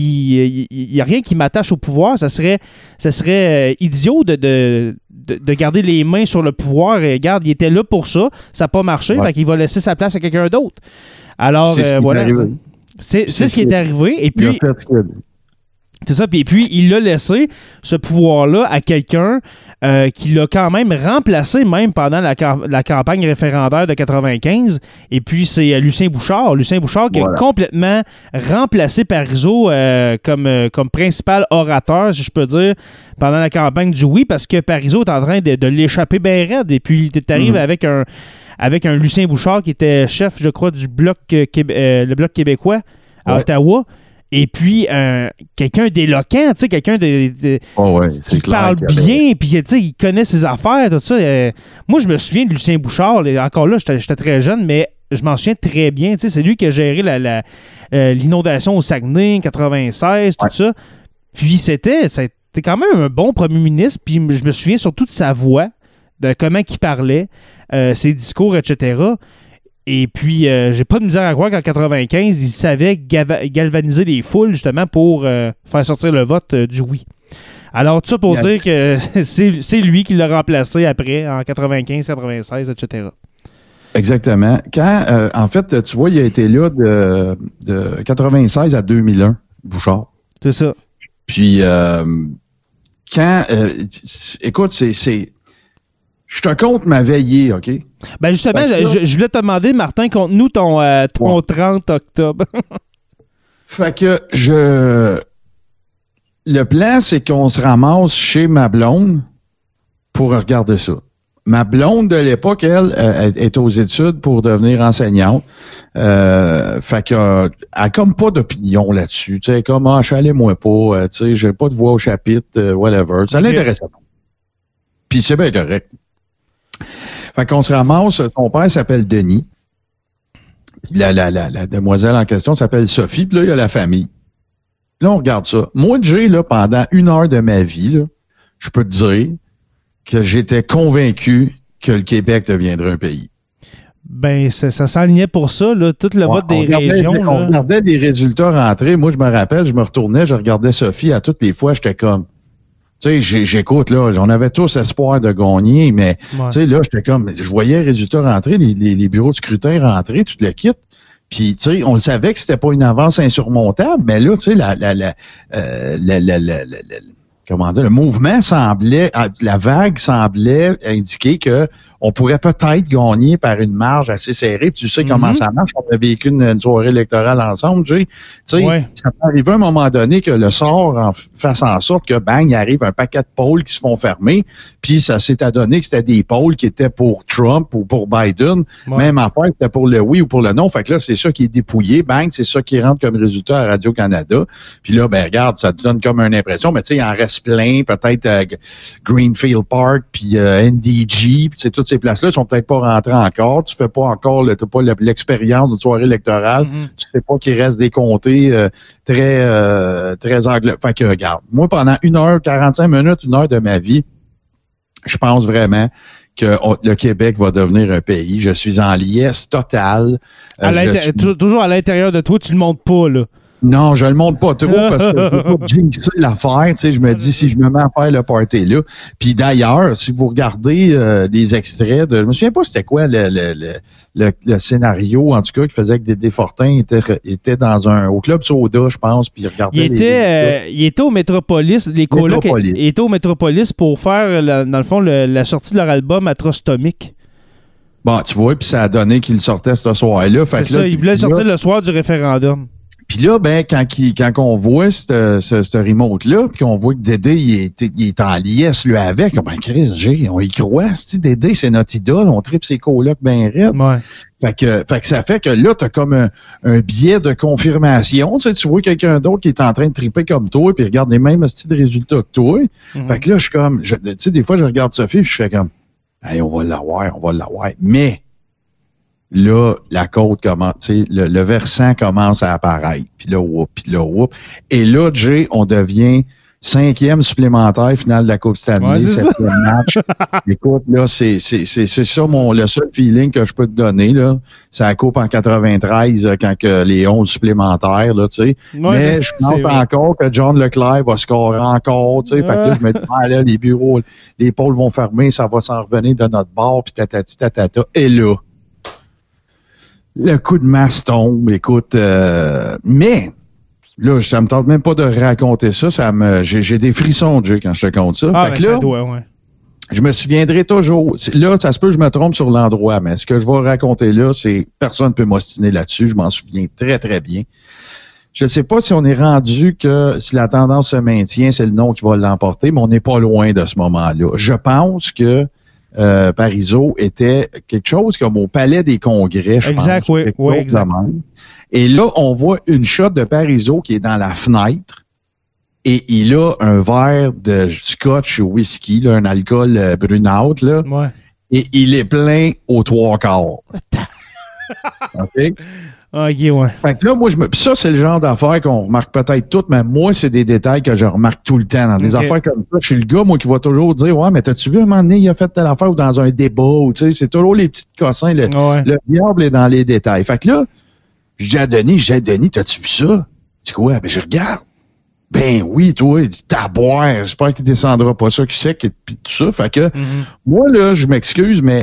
qui m'attache au pouvoir. Ça serait idiot de garder les mains sur le pouvoir. Et regarde, il était là pour ça. Ça n'a pas marché. Fait qu'il va laisser sa place à quelqu'un d'autre. Alors, voilà. C'est ce qui est arrivé. Et puis, c'est ça. Puis il a laissé ce pouvoir-là à quelqu'un qui l'a quand même remplacé même pendant la campagne référendaire de 95. Et puis, c'est Lucien Bouchard. Lucien Bouchard qui a complètement remplacé Parizeau comme principal orateur, si je peux dire, pendant la campagne du oui, parce que Parizeau est en train de l'échapper bien raide. Et puis, il est arrivé avec un Lucien Bouchard qui était chef, je crois, du le Bloc québécois à Ottawa. Et puis, quelqu'un d'éloquent, tu sais, quelqu'un qui parle bien, puis il connaît ses affaires, tout ça. Moi, je me souviens de Lucien Bouchard. Encore là, j'étais très jeune, mais je m'en souviens très bien. Tu sais, c'est lui qui a géré l'inondation au Saguenay, 96, tout ça. Puis, c'était quand même un bon premier ministre. Puis, je me souviens surtout de sa voix, de comment il parlait, ses discours, etc., Et puis, j'ai pas de misère à croire qu'en 95, il savait galvaniser les foules, justement, pour faire sortir le vote du oui. Alors, tout ça pour dire que c'est lui qui l'a remplacé après, en 95, 96, etc. Exactement. Quand, en fait, tu vois, il a été là de 96 à 2001, Bouchard. C'est ça. Puis, écoute, je te compte ma veillée, OK? Ben justement, je voulais te demander, Martin, compte-nous ton 30 octobre. Fait que le plan, c'est qu'on se ramasse chez ma blonde pour regarder ça. Ma blonde de l'époque, elle est aux études pour devenir enseignante. Fait que elle a comme pas d'opinion là-dessus. Tu sais, comme chalez-moi pas, tu sais, j'ai pas de voix au chapitre, whatever. Ça l'intéressait pas. Puis c'est bien correct. Fait qu'on se ramasse, son père s'appelle Denis. Puis la demoiselle en question s'appelle Sophie, puis là, il y a la famille. Là, on regarde ça. Moi, Jay, là, pendant 1 heure de ma vie, là, je peux te dire que j'étais convaincu que le Québec deviendrait un pays. Ben, ça s'alignait pour ça, là, tout le vote des régions. On regardait les résultats rentrer. Moi, je me rappelle, je me retournais, je regardais Sophie à toutes les fois, j'étais comme... Tu sais, j'écoute, là, on avait tous espoir de gagner, mais, tu sais, là, j'étais comme, je voyais les résultats rentrer, les bureaux de scrutin rentrer, tu te le quittes. Puis, tu sais, on le savait que c'était pas une avance insurmontable, mais là, tu sais, comment dire, le mouvement semblait, la vague semblait indiquer que on pourrait peut-être gagner par une marge assez serrée. Puis tu sais comment ça marche. On a vécu une soirée électorale ensemble, Jay. Tu sais, ça peut arriver à un moment donné que le sort fasse en sorte que, bang, il arrive un paquet de pôles qui se font fermer. Puis ça s'est adonné que c'était des pôles qui étaient pour Trump ou pour Biden. Même affaire, c'était pour le oui ou pour le non. Fait que là, c'est ça qui est dépouillé. Bang, c'est ça qui rentre comme résultat à Radio-Canada. Puis là, ben regarde, ça te donne comme une impression. Mais tu sais, il en reste plein. Peut-être Greenfield Park, puis NDG, puis c'est toutes ces places-là, ils sont peut-être pas rentrés encore. Tu fais pas encore, t'as pas l'expérience de soirée électorale. Tu sais pas qu'il reste des comtés très anglais. Fait que regarde, moi, pendant 1h45 minutes, 1 heure de ma vie, je pense vraiment que le Québec va devenir un pays. Je suis en liesse totale. Toujours à l'intérieur de toi, tu le montres pas, là. Non, je le montre pas trop parce que je veux pas jinxer l'affaire. Tu sais, je me dis, si je me mets à faire le party là. Puis d'ailleurs, si vous regardez des extraits je me souviens pas c'était quoi le scénario, en tout cas, qui faisait que Dédé Fortin était au Club Soda, je pense, puis il regardait il était au Métropolis, les colocs étaient au Métropolis pour faire, dans le fond, la sortie de leur album Atrostomique. Bon, tu vois, puis ça a donné qu'il sortait ce soir-là. C'est ça, il voulait sortir le soir du référendum. Puis là, ben, quand on voit ce remote-là, puis qu'on voit que Dédé, il est en liesse, lui, avec, ben, Chris, on y croit, Dédé, c'est notre idole, on tripe ses colocs bien raides. Ouais. Fait que ça fait que là, t'as comme un biais de confirmation. Tu vois quelqu'un d'autre qui est en train de triper comme toi, puis regarde les mêmes styles de résultats que toi. Fait que là, je suis comme, tu sais, des fois, je regarde Sophie, puis je fais comme, hey, on va l'avoir. Mais, là, la côte commence, tu sais, le versant commence à apparaître. Puis là, whoop. Et là, Jay, on devient 5e supplémentaire finale de la Coupe Stanley, ouais, 7e match. Écoute, là, c'est ça le seul feeling que je peux te donner, là. C'est la Coupe en 93, quand que les 11 supplémentaires, là, tu sais. Ouais, mais je pense encore que John Leclerc va scorer encore, tu sais. Fait que là, je me dis, là, les bureaux, les pôles vont fermer, ça va s'en revenir de notre bord, puis tatata. Et là, le coup de masse tombe, écoute, mais là, ça me tente même pas de raconter ça. J'ai des frissons, Jay, quand je te compte ça. Ah, fait que là, ça doit, ouais. Je me souviendrai toujours. Là, ça se peut que je me trompe sur l'endroit, mais ce que je vais raconter là, c'est personne ne peut m'ostiner là-dessus. Je m'en souviens très, très bien. Je ne sais pas si on est rendu que si la tendance se maintient, c'est le nom qui va l'emporter, mais on n'est pas loin de ce moment-là. Je pense que Parizeau était quelque chose comme au Palais des Congrès, je pense. Oui, exact. Et là, on voit une shot de Parizeau qui est dans la fenêtre et il a un verre de scotch ou whisky, là, un alcool brunâtre, là, ouais. Et il est plein aux 3/4. OK? OK, ouais. Fait que là, moi, ça, c'est le genre d'affaires qu'on remarque peut-être toutes, mais moi, c'est des détails que je remarque tout le temps. Dans des affaires comme ça, je suis le gars, moi, qui va toujours dire, ouais, mais t'as-tu vu un moment donné, il a fait telle affaire ou dans un débat, ou tu sais, c'est toujours les petits cossins. Le diable est dans les détails. Fait que là, je dis à Denis, t'as-tu vu ça? Tu dis quoi? Ben, je regarde. Ben oui, toi, il dit, t'as boire, j'espère qu'il descendra pas ça, qui sait, puis tout ça. Fait que, moi, là, je m'excuse, mais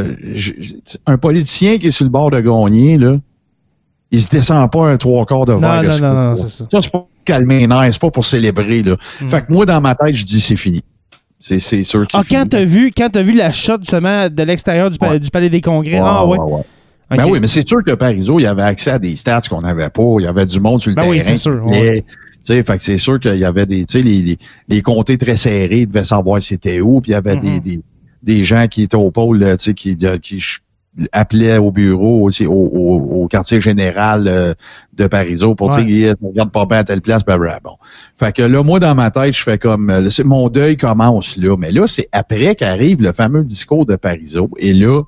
un politicien qui est sur le bord de gagner, là, il se descend pas un 3/4 de verre. Non, c'est ça. Ça, c'est pas pour calmer les nerfs, c'est pas pour célébrer, là. Fait que moi, dans ma tête, je dis, c'est fini. C'est sûr que c'est fini. Quand t'as vu la shot, justement, de l'extérieur du Palais des Congrès, ouais. Okay. Ben oui, mais c'est sûr que Parizeau, il avait accès à des stats qu'on n'avait pas. Il y avait du monde sur le terrain. Oui, c'est sûr. Ouais. Fait que c'est sûr qu'il y avait des, les comtés très serrés, ils devaient savoir c'était où, puis il y avait des gens qui étaient au pôle, qui appelaient au bureau aussi, au quartier général de Parizeau pour dire, regarde pas bien à telle place, bon. Fait que là, moi, dans ma tête, je fais comme, mon deuil commence là, mais là, c'est après qu'arrive le fameux discours de Parizeau, et là,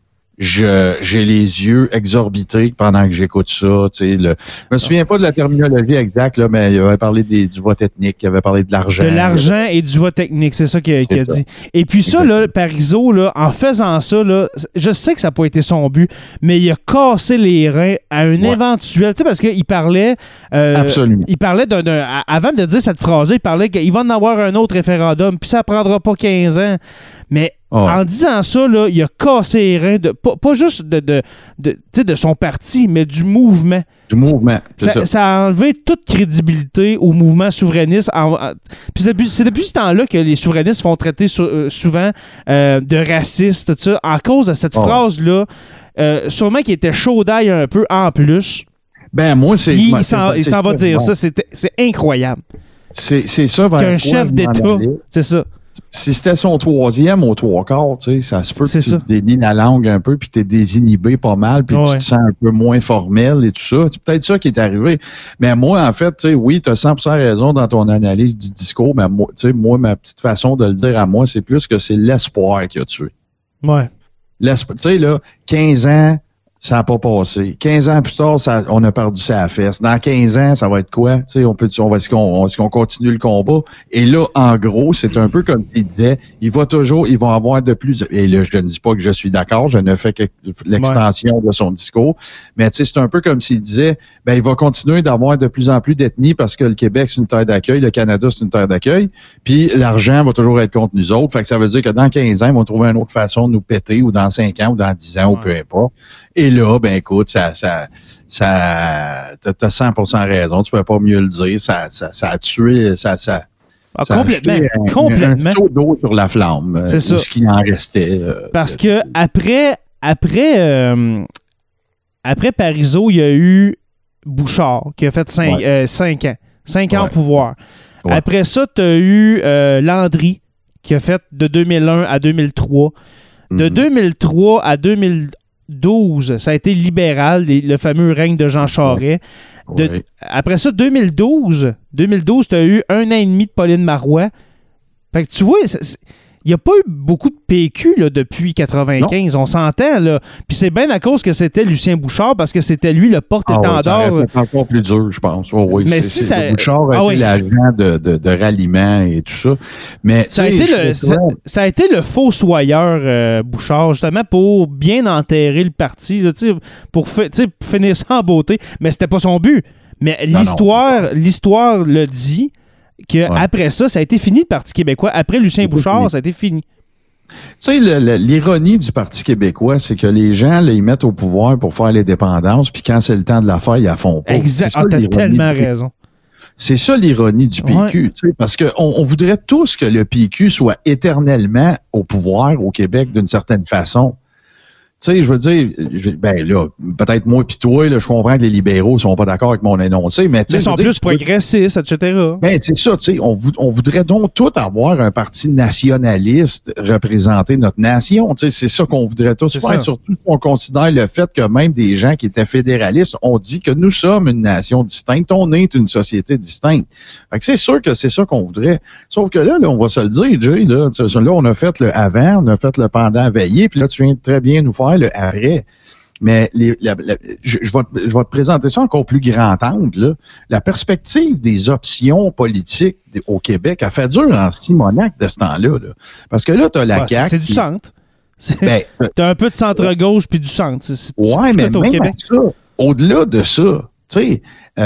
j'ai les yeux exorbités pendant que j'écoute ça. Je me souviens pas de la terminologie exacte, là, mais il avait parlé du vote ethnique, il avait parlé de l'argent. De l'argent et du vote technique, c'est ça qu'il a dit. Et puis ça, là, Parizeau, là, en faisant ça, là, je sais que ça n'a pas été son but, mais il a cassé les reins à un éventuel... Tu sais, parce qu'il parlait... Absolument. Il parlait avant de dire cette phrase-là, il parlait qu'il va en avoir un autre référendum, puis ça prendra pas 15 ans. Mais en disant ça, là, il a cassé les reins, pas juste de son parti, mais du mouvement. Du mouvement, ça a enlevé toute crédibilité au mouvement souverainiste. Puis c'est depuis ce temps-là que les souverainistes font traiter souvent de racistes, tout ça, à cause de cette phrase-là, sûrement qui était chaud d'ail un peu en plus. Ben moi, c'est... Puis il s'en va dire ça, c'est incroyable. C'est ça, qu'un chef d'État, c'est ça. Si c'était son 3e au 3/4, tu sais, ça se peut que tu délies la langue un peu, puis tu es désinhibé pas mal, puis tu te sens un peu moins formel et tout ça. C'est peut-être ça qui est arrivé. Mais moi, en fait, tu sais, oui, tu as 100% raison dans ton analyse du discours, mais moi, tu sais, ma petite façon de le dire à moi, c'est plus que c'est l'espoir qui a tué. Ouais. Tu sais, là, 15 ans, ça n'a pas passé. 15 ans plus tard, on a perdu sa fesse. Dans 15 ans, ça va être quoi? Tu sais, est-ce qu'on continue le combat? Et là, en gros, c'est un peu comme s'il disait, ils vont avoir de plus... Et là, je ne dis pas que je suis d'accord, je ne fais que l'extension de son discours. Mais tu sais, c'est un peu comme s'il disait, ben, il va continuer d'avoir de plus en plus d'ethnies parce que le Québec, c'est une terre d'accueil, le Canada, c'est une terre d'accueil. Puis l'argent va toujours être contre nous autres. Fait que ça veut dire que dans 15 ans, ils vont trouver une autre façon de nous péter, ou dans 5 ans, ou dans 10 ans, ou peu importe. Et là, ben écoute, t'as 100% raison, tu peux pas mieux le dire, ça a tué, complètement. Un seau d'eau sur la flamme, c'est ça. Ce qu'il en restait. Parce que après Parizeau, il y a eu Bouchard, qui a fait 5 ans. 5 ans au pouvoir. Ouais. Après ça, tu as eu Landry, qui a fait de 2001 à 2003. De 2003 à 2012, ça a été libéral, le fameux règne de Jean Charest. Après ça, 2012, tu as eu 1 an et demi de Pauline Marois. Fait que tu vois, il n'y a pas eu beaucoup de PQ là, depuis 95, on s'entend. Là. Puis c'est bien à cause que c'était Lucien Bouchard, parce que c'était lui le porte-étendard. C'est encore plus dur, je pense. Oui, mais si ça... Bouchard a été l'agent de ralliement et tout ça. Mais, ça a été le fossoyeur, Bouchard, justement, pour bien enterrer le parti, là, pour finir ça en beauté. Mais c'était pas son but. Mais l'histoire le dit... Après ça a été fini le Parti québécois. Après Lucien Bouchard, ça a été fini. Tu sais, l'ironie du Parti québécois, c'est que les gens, là, ils mettent au pouvoir pour faire les dépendances, puis quand c'est le temps de la faire, ils la font pas. Exact. T'as tellement raison. C'est ça l'ironie du PQ, parce qu'on voudrait tous que le PQ soit éternellement au pouvoir au Québec d'une certaine façon. Tu sais, je veux dire, ben là, peut-être moi pis toi, là, je comprends que les libéraux sont pas d'accord avec mon énoncé, mais ils sont plus progressistes, etc. Ben, c'est ça, tu sais, on voudrait donc tous avoir un parti nationaliste représenter notre nation, tu sais, c'est ça qu'on voudrait tous faire, surtout qu'on considère le fait que même des gens qui étaient fédéralistes ont dit que nous sommes une nation distincte, on est une société distincte. Fait que c'est sûr que c'est ça qu'on voudrait. Sauf que là, on va se le dire, Jay, là, on a fait le avant, on a fait le pendant veillé, puis là, tu viens très bien nous faire le arrêt. Mais je vais te présenter ça encore plus grand angle. Là. La perspective des options politiques au Québec a fait dur en Simonac de ce temps-là. Là. Parce que là, tu as la CAQ. C'est du centre. Tu as un peu de centre-gauche puis du centre. Oui, mais même Québec. Ça, au-delà de ça, tu sais,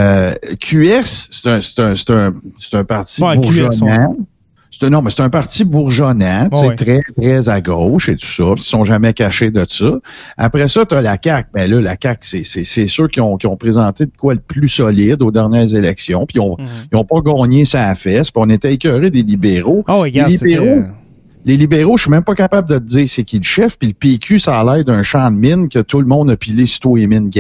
QS, c'est un parti bourgeonnant. C'est un parti bourgeonnant, très, très à gauche et tout ça. Ils ne sont jamais cachés de ça. Après ça, tu as la CAQ. Ben là, la CAQ, c'est ceux qui ont présenté de quoi le plus solide aux dernières élections. Puis ils ont pas gagné sa fesse. Puis on était écœurés des libéraux. Oh, regarde, les libéraux, je suis même pas capable de te dire c'est qui le chef. Puis le PQ, ça a l'air d'un champ de mine que tout le monde a pilé sur les mines qui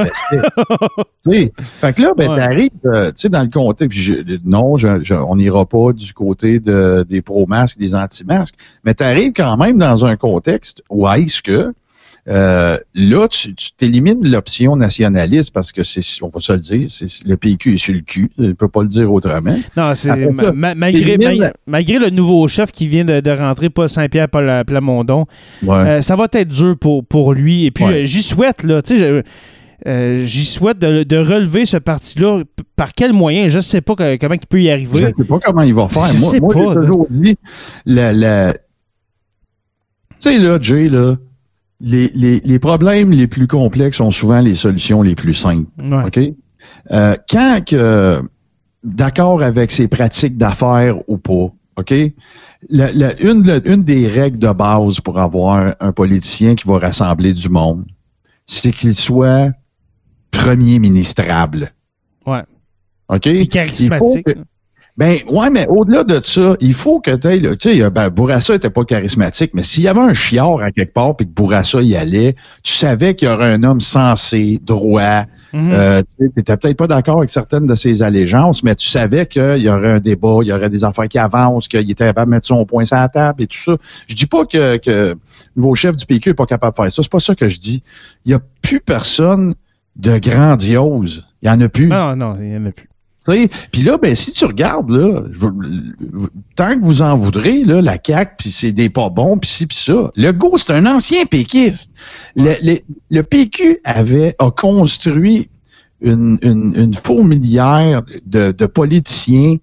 restait. Fait que là, t'arrives, dans le contexte, on n'ira pas du côté des pro-masques, des anti-masques, mais t'arrives quand même dans un contexte où est-ce que là, tu t'élimines l'option nationaliste parce que on va se le dire, le PQ est sur le cul, on ne peut pas le dire autrement. Non, c'est malgré le nouveau chef qui vient de rentrer, Paul Saint-Pierre, Paul Plamondon, ça va être dur pour lui. Et puis j'y souhaite, là, tu sais, j'y souhaite de relever ce parti-là. Par quel moyen? Je ne sais pas comment il peut y arriver. Je ne sais pas comment il va faire. Moi j'ai toujours dit, tu sais, là, Jay, là, les problèmes les plus complexes sont souvent les solutions les plus simples. OK? D'accord avec ses pratiques d'affaires ou pas, OK? Une des règles de base pour avoir un politicien qui va rassembler du monde, c'est qu'il soit premier ministrable. Ouais. OK? Et charismatique. Mais au-delà de ça, il faut que tu aies, tu sais, Bourassa était pas charismatique, mais s'il y avait un chiard à quelque part puis que Bourassa y allait, tu savais qu'il y aurait un homme sensé, droit. Tu n'étais peut-être pas d'accord avec certaines de ses allégeances, mais tu savais qu'il y aurait un débat, il y aurait des affaires qui avancent, qu'il était capable de mettre son point sur la table et tout ça. Je dis pas que le nouveau chef du PQ n'est pas capable de faire ça. C'est pas ça que je dis. Il n'y a plus personne de grandiose. Il n'y en a plus. Non, il n'y en a plus. Puis là, si tu regardes, là, tant que vous en voudrez, là, la CAQ, puis c'est des pas bons, puis ci, puis ça. Legault, c'est un ancien péquiste. Le PQ a construit une fourmilière de politiciens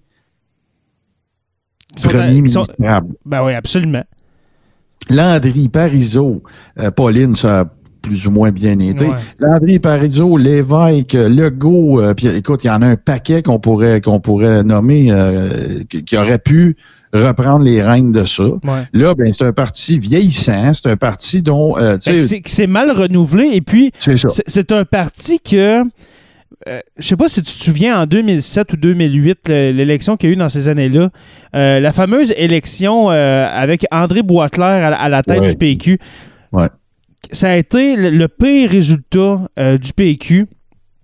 premiers ministrables. Ben oui, absolument. Landry, Parizeau, Pauline, ça plus ou moins bien été. Ouais. Landry, Parizeau, Lévesque, Legault, puis écoute, il y en a un paquet qu'on pourrait nommer qui aurait pu reprendre les rênes de ça. Ouais. Là, c'est un parti vieillissant, c'est un parti dont... c'est mal renouvelé, et puis c'est un parti que... je sais pas si tu te souviens, en 2007 ou 2008, l'élection qu'il y a eu dans ces années-là, la fameuse élection avec André Boisclair à la tête du PQ. Ouais. Ça a été le pire résultat du PQ.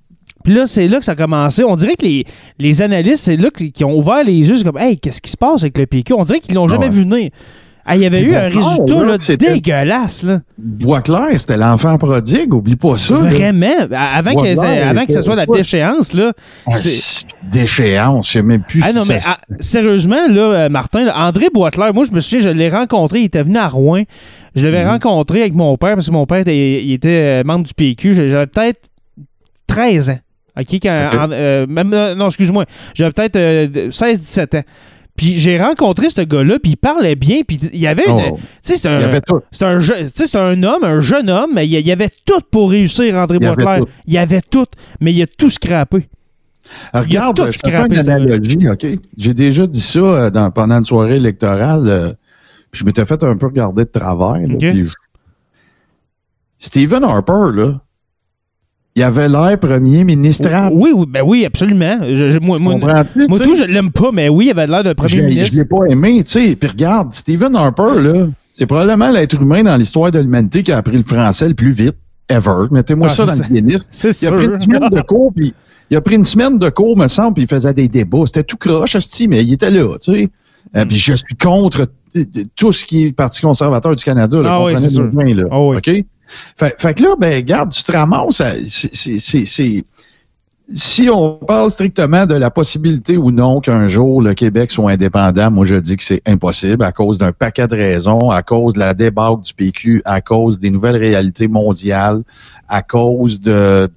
Puis là, c'est là que ça a commencé. On dirait que les analystes, c'est là qui ont ouvert les yeux. C'est comme, hey, qu'est-ce qui se passe avec le PQ? On dirait qu'ils l'ont jamais vu venir. Il y avait eu un résultat là, dégueulasse. Là. Boisclair, c'était l'enfant prodigue, oublie pas ça. Vraiment. Avant que ce soit la déchéance. Là, déchéance, je sais même plus non, mais sérieusement, là, Martin, là, André Boisclair, moi, je me souviens, je l'ai rencontré, il était venu à Rouen. Je l'avais rencontré avec mon père, parce que mon père, il était membre du PQ. J'avais peut-être 13 ans. OK? Non, excuse-moi. J'avais peut-être 16-17 ans. Puis j'ai rencontré ce gars-là, puis il parlait bien, puis il y avait une... Tu sais, c'est un homme, un jeune homme, mais il y avait tout pour réussir, André Boisclair. Il y avait tout, mais il a tout scrappé. Regarde, je fais une analogie, OK? J'ai déjà dit ça pendant une soirée électorale, puis je m'étais fait un peu regarder de travers. Là, Stephen Harper, là, il avait l'air premier ministre. Oui, absolument. Moi tout, je l'aime pas, mais oui, il avait l'air d'un premier ministre. Je l'ai pas aimé, tu sais. Puis regarde, Stephen Harper, là, c'est probablement l'être humain dans l'histoire de l'humanité qui a appris le français le plus vite, ever. Mettez-moi ça dans le ministre. C'est sûr. Il a pris une semaine de cours, puis il a pris une semaine de cours, me semble, puis il faisait des débats. C'était tout croche, mais il était là, tu sais. Puis je suis contre tout ce qui est le Parti conservateur du Canada. Là, oui, c'est sûr. Bien, là, OK? Fait que là, ben, regarde, tu te ramasses. Si on parle strictement de la possibilité ou non qu'un jour le Québec soit indépendant, moi je dis que c'est impossible à cause d'un paquet de raisons, à cause de la débâcle du PQ, à cause des nouvelles réalités mondiales, à cause de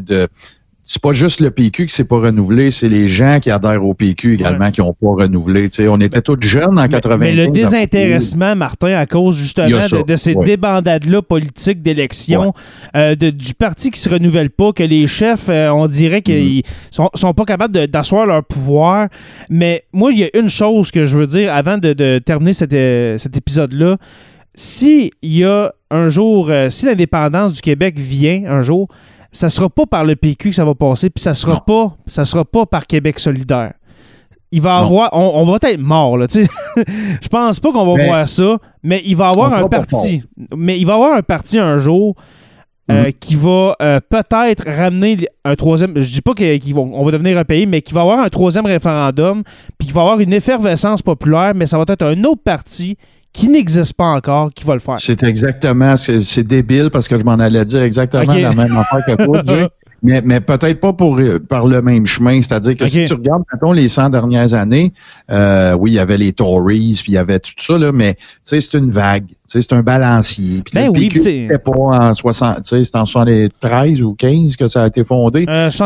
c'est pas juste le PQ qui s'est pas renouvelé, c'est les gens qui adhèrent au PQ également qui ont pas renouvelé. T'sais, on était tous jeunes en 80. Mais le désintéressement, Martin, à cause justement de ces débandades-là politiques d'élection, du parti qui se renouvelle pas, que les chefs, on dirait qu'ils sont pas capables d'asseoir leur pouvoir. Mais moi, il y a une chose que je veux dire avant de terminer cet épisode-là. Si il y a un jour, si l'indépendance du Québec vient un jour, ça sera pas par le PQ que ça va passer, puis ça sera pas par Québec solidaire. Il va avoir... On va être mort, là, tu sais. Je pense pas qu'on va voir ça, mais il va avoir un parti. Mais il va avoir un parti un jour qui va peut-être ramener un troisième... Je dis pas qu'on va devenir un pays, mais qui va avoir un troisième référendum, puis qui va avoir une effervescence populaire, mais ça va être un autre parti qui n'existe pas encore, qui va le faire. C'est exactement, c'est débile parce que je m'en allais dire exactement la même affaire que toi, Jay. Mais peut-être pas par le même chemin. C'est-à-dire que si tu regardes, mettons, les 100 dernières années, oui, il y avait les Tories, puis il y avait tout ça, là, mais tu sais, c'est une vague. Tu sais, c'est un balancier. Puis le PQ, c'était pas en 60, tu sais, c'est en 73 ou 15 que ça a été fondé.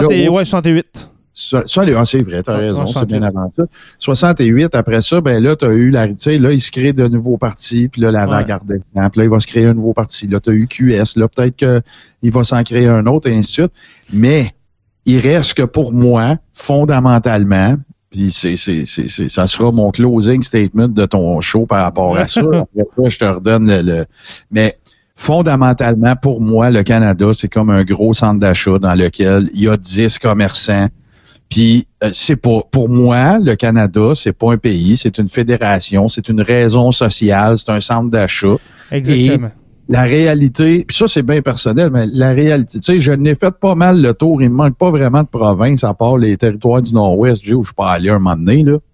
68. C'est vrai, t'as raison, c'est bien avant ça. 68, après ça, ben là, t'as eu tu sais, là, il se crée de nouveaux partis, puis là, la vague ardescent, puis là, il va se créer un nouveau parti. Là, t'as eu QS, là, peut-être qu'il va s'en créer un autre, et ainsi de suite. Mais, il reste que pour moi, fondamentalement, puis ça sera mon closing statement de ton show par rapport à ça. Après ça, je te redonne mais, fondamentalement, pour moi, le Canada, c'est comme un gros centre d'achat dans lequel il y a 10 commerçants. Puis, c'est pas, pour moi, le Canada, c'est pas un pays, c'est une fédération, c'est une raison sociale, c'est un centre d'achat. Exactement. Et la réalité, puis ça, c'est bien personnel, mais la réalité, tu sais, je n'ai fait pas mal le tour, il me manque pas vraiment de province, à part les territoires du Nord-Ouest, où je suis pas allé un moment donné, là.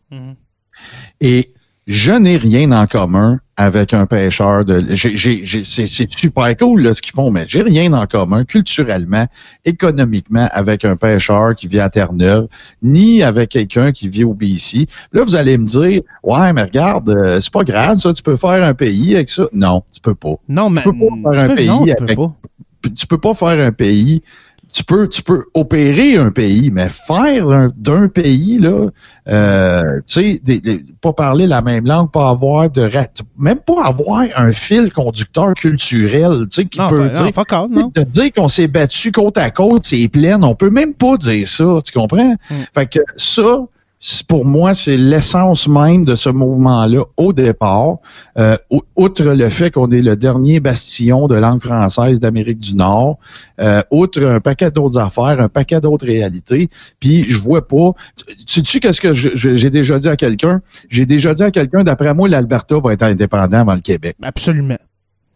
Et je n'ai rien en commun avec un pêcheur c'est super cool là, ce qu'ils font, mais j'ai rien en commun culturellement, économiquement avec un pêcheur qui vit à Terre-Neuve, ni avec quelqu'un qui vit au BC. Là, vous allez me dire, ouais, mais regarde, c'est pas grave, ça, tu peux faire un pays avec ça. Non, tu peux pas. Non, mais tu peux pas faire un pays avec. Tu peux pas faire un pays. Tu peux opérer un pays, mais faire d'un pays, là, tu sais, pas parler la même langue, pas avoir même pas avoir un fil conducteur culturel, tu sais, qui peut dire, de dire qu'on s'est battu côte à côte, c'est plein, on peut même pas dire ça, tu comprends? Fait que ça, pour moi, c'est l'essence même de ce mouvement-là au départ. Outre le fait qu'on est le dernier bastion de langue française d'Amérique du Nord, outre un paquet d'autres affaires, un paquet d'autres réalités, puis je vois pas... Sais-tu qu'est-ce que j'ai déjà dit à quelqu'un? J'ai déjà dit à quelqu'un, d'après moi, l'Alberta va être indépendant avant le Québec. Absolument.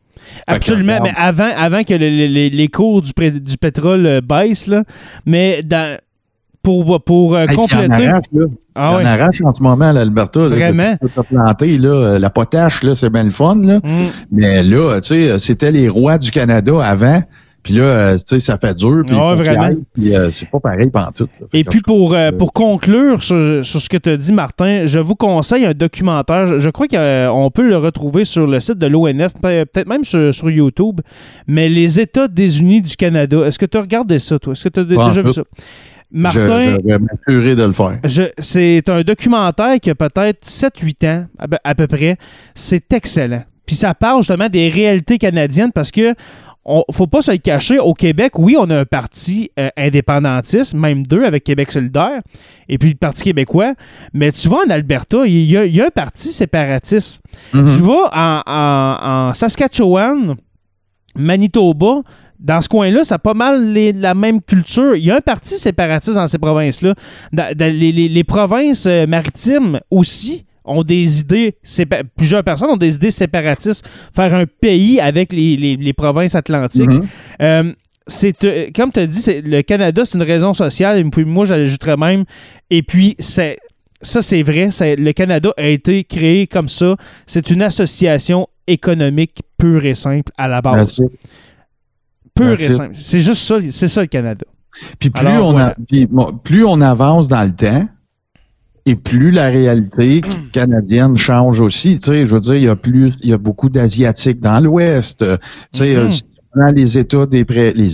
Absolument, mais avant que les cours du pétrole baissent, là, mais pour compléter... On arrache en ce moment à l'Alberta. Vraiment. Planté, là, la potache, là, c'est bien le fun. Là. Mais là, tu sais, c'était les rois du Canada avant. Puis là, tu sais, ça fait dur. Puis vraiment. C'est pas pareil pantoute. Et puis pour conclure sur ce que tu as dit, Martin, je vous conseille un documentaire. Je crois qu'on peut le retrouver sur le site de l'ONF, peut-être même sur YouTube. Mais les États désunis du Canada. Est-ce que tu as regardé ça, toi? Est-ce que tu as déjà vu ça? Martin, je vais m'assurer de le faire. C'est un documentaire qui a peut-être 7-8 ans, à peu près. C'est excellent. Puis ça parle justement des réalités canadiennes parce que faut pas se le cacher, au Québec, oui, on a un parti indépendantiste, même deux avec Québec solidaire, et puis le Parti québécois, mais tu vas en Alberta, il y a un parti séparatiste. Mm-hmm. Tu vas en Saskatchewan, Manitoba, dans ce coin-là, ça a pas mal la même culture. Il y a un parti séparatiste dans ces provinces-là. Les provinces maritimes aussi ont des idées, plusieurs personnes ont des idées séparatistes, faire un pays avec les provinces atlantiques. Mm-hmm. Comme tu as dit, le Canada, c'est une raison sociale, et puis moi, j'ajouterais même, et puis ça, c'est vrai, le Canada a été créé comme ça. C'est une association économique pure et simple à la base. Pure et simple. C'est juste ça, c'est ça le Canada. Puis plus on avance dans le temps, et plus la réalité canadienne change aussi. Tu sais, je veux dire, il y a beaucoup d'Asiatiques dans l'Ouest. Tu sais, dans les États des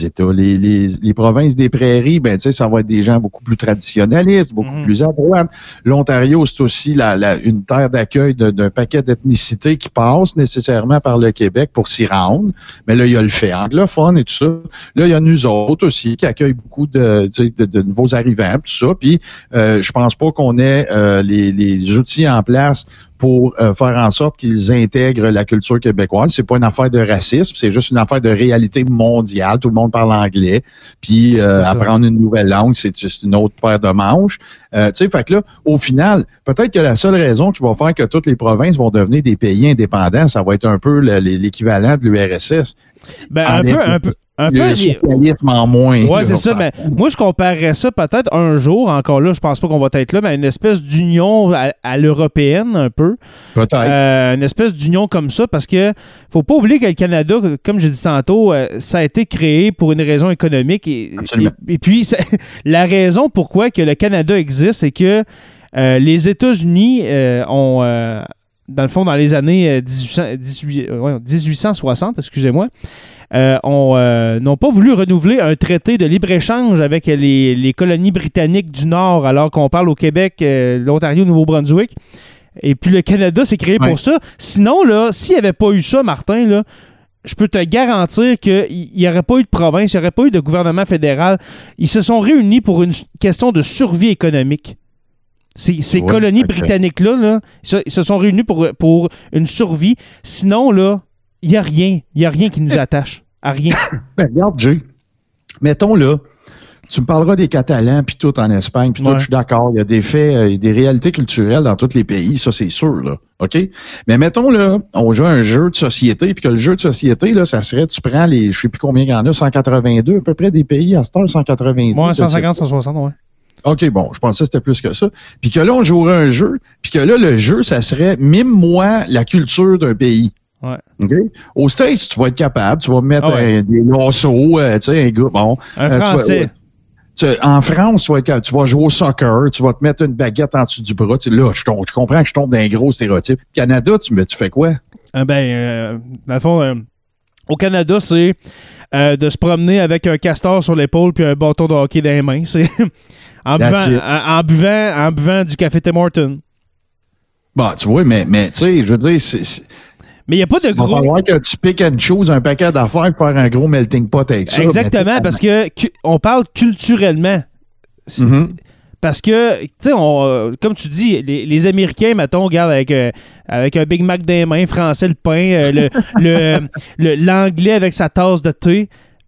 les provinces des prairies, ben tu sais, ça va être des gens beaucoup plus traditionnalistes, beaucoup plus à droite. L'Ontario, c'est aussi une terre d'accueil d'un paquet d'ethnicités qui passent nécessairement par le Québec pour s'y rendre. Mais là, il y a le fait anglophone et tout ça. Là, il y a nous autres aussi qui accueillent beaucoup de nouveaux arrivants, tout ça. Puis, je pense pas qu'on ait les outils en place pour faire en sorte qu'ils intègrent la culture québécoise. C'est pas une affaire de racisme, c'est juste une affaire de réalité mondiale. Tout le monde parle anglais. Puis apprendre une nouvelle langue, c'est une autre paire de manches. Tu sais, fait que là, au final, peut-être que la seule raison qui va faire que toutes les provinces vont devenir des pays indépendants, ça va être un peu l'équivalent de l'URSS. Ben, un peu. Le socialisme en moins. Oui, c'est ça. Mais moi, je comparerais ça peut-être un jour, encore là, je pense pas qu'on va être là, mais une espèce d'union à l'européenne, un peu. Peut-être. Une espèce d'union comme ça, parce que faut pas oublier que le Canada, comme j'ai dit tantôt, ça a été créé pour une raison économique. Et puis, la raison pourquoi que le Canada existe, c'est que les États-Unis ont... dans le fond, dans les années 1860, excusez-moi, n'ont pas voulu renouveler un traité de libre-échange avec les colonies britanniques du Nord, alors qu'on parle au Québec, l'Ontario, Nouveau-Brunswick. Et puis le Canada s'est créé pour ça. Sinon, là, s'il n'y avait pas eu ça, Martin, là, je peux te garantir qu'il n'y aurait pas eu de province, il n'y aurait pas eu de gouvernement fédéral. Ils se sont réunis pour une question de survie économique. Ces colonies britanniques-là, là, ils se sont réunis pour une survie. Sinon, là, il n'y a rien. Il n'y a rien qui nous attache à rien. Ben, regarde, Jay. Mettons, là, tu me parleras des Catalans, puis tout en Espagne, puis tout, je suis d'accord. Il y a des faits, des réalités culturelles dans tous les pays, ça, c'est sûr, là. OK? Mais mettons, là, on joue un jeu de société, puis que le jeu de société, là, ça serait, tu prends je sais plus combien il y en a, 182, à peu près des pays à cette heure, 190. Moi, 150, 160, ouais. OK, bon, je pensais que c'était plus que ça. Puis que là, on jouerait un jeu, puis que là, le jeu, ça serait mime-moi la culture d'un pays. Ouais. Okay? Au States, tu vas être capable, tu vas mettre des lausseaux, tu sais, un gars, bon. Un Français. En France, tu vas jouer au soccer, tu vas te mettre une baguette en dessous du bras. Là, je comprends que je tombe dans un gros stéréotype. Canada, tu fais quoi? Dans le fond, au Canada, c'est de se promener avec un castor sur l'épaule puis un bâton de hockey dans les mains. C'est en buvant du café Tim Hortons. Bon, tu vois, mais tu sais, je veux dire, mais il n'y a pas de gros... Il va falloir que tu pick and choose un paquet d'affaires pour faire un gros melting pot avec ça. Exactement, parce qu'on parle culturellement. Parce que, tu sais, comme tu dis, les Américains, mettons, regardent avec un Big Mac dans les mains, français, le pain, l'anglais avec sa tasse de thé.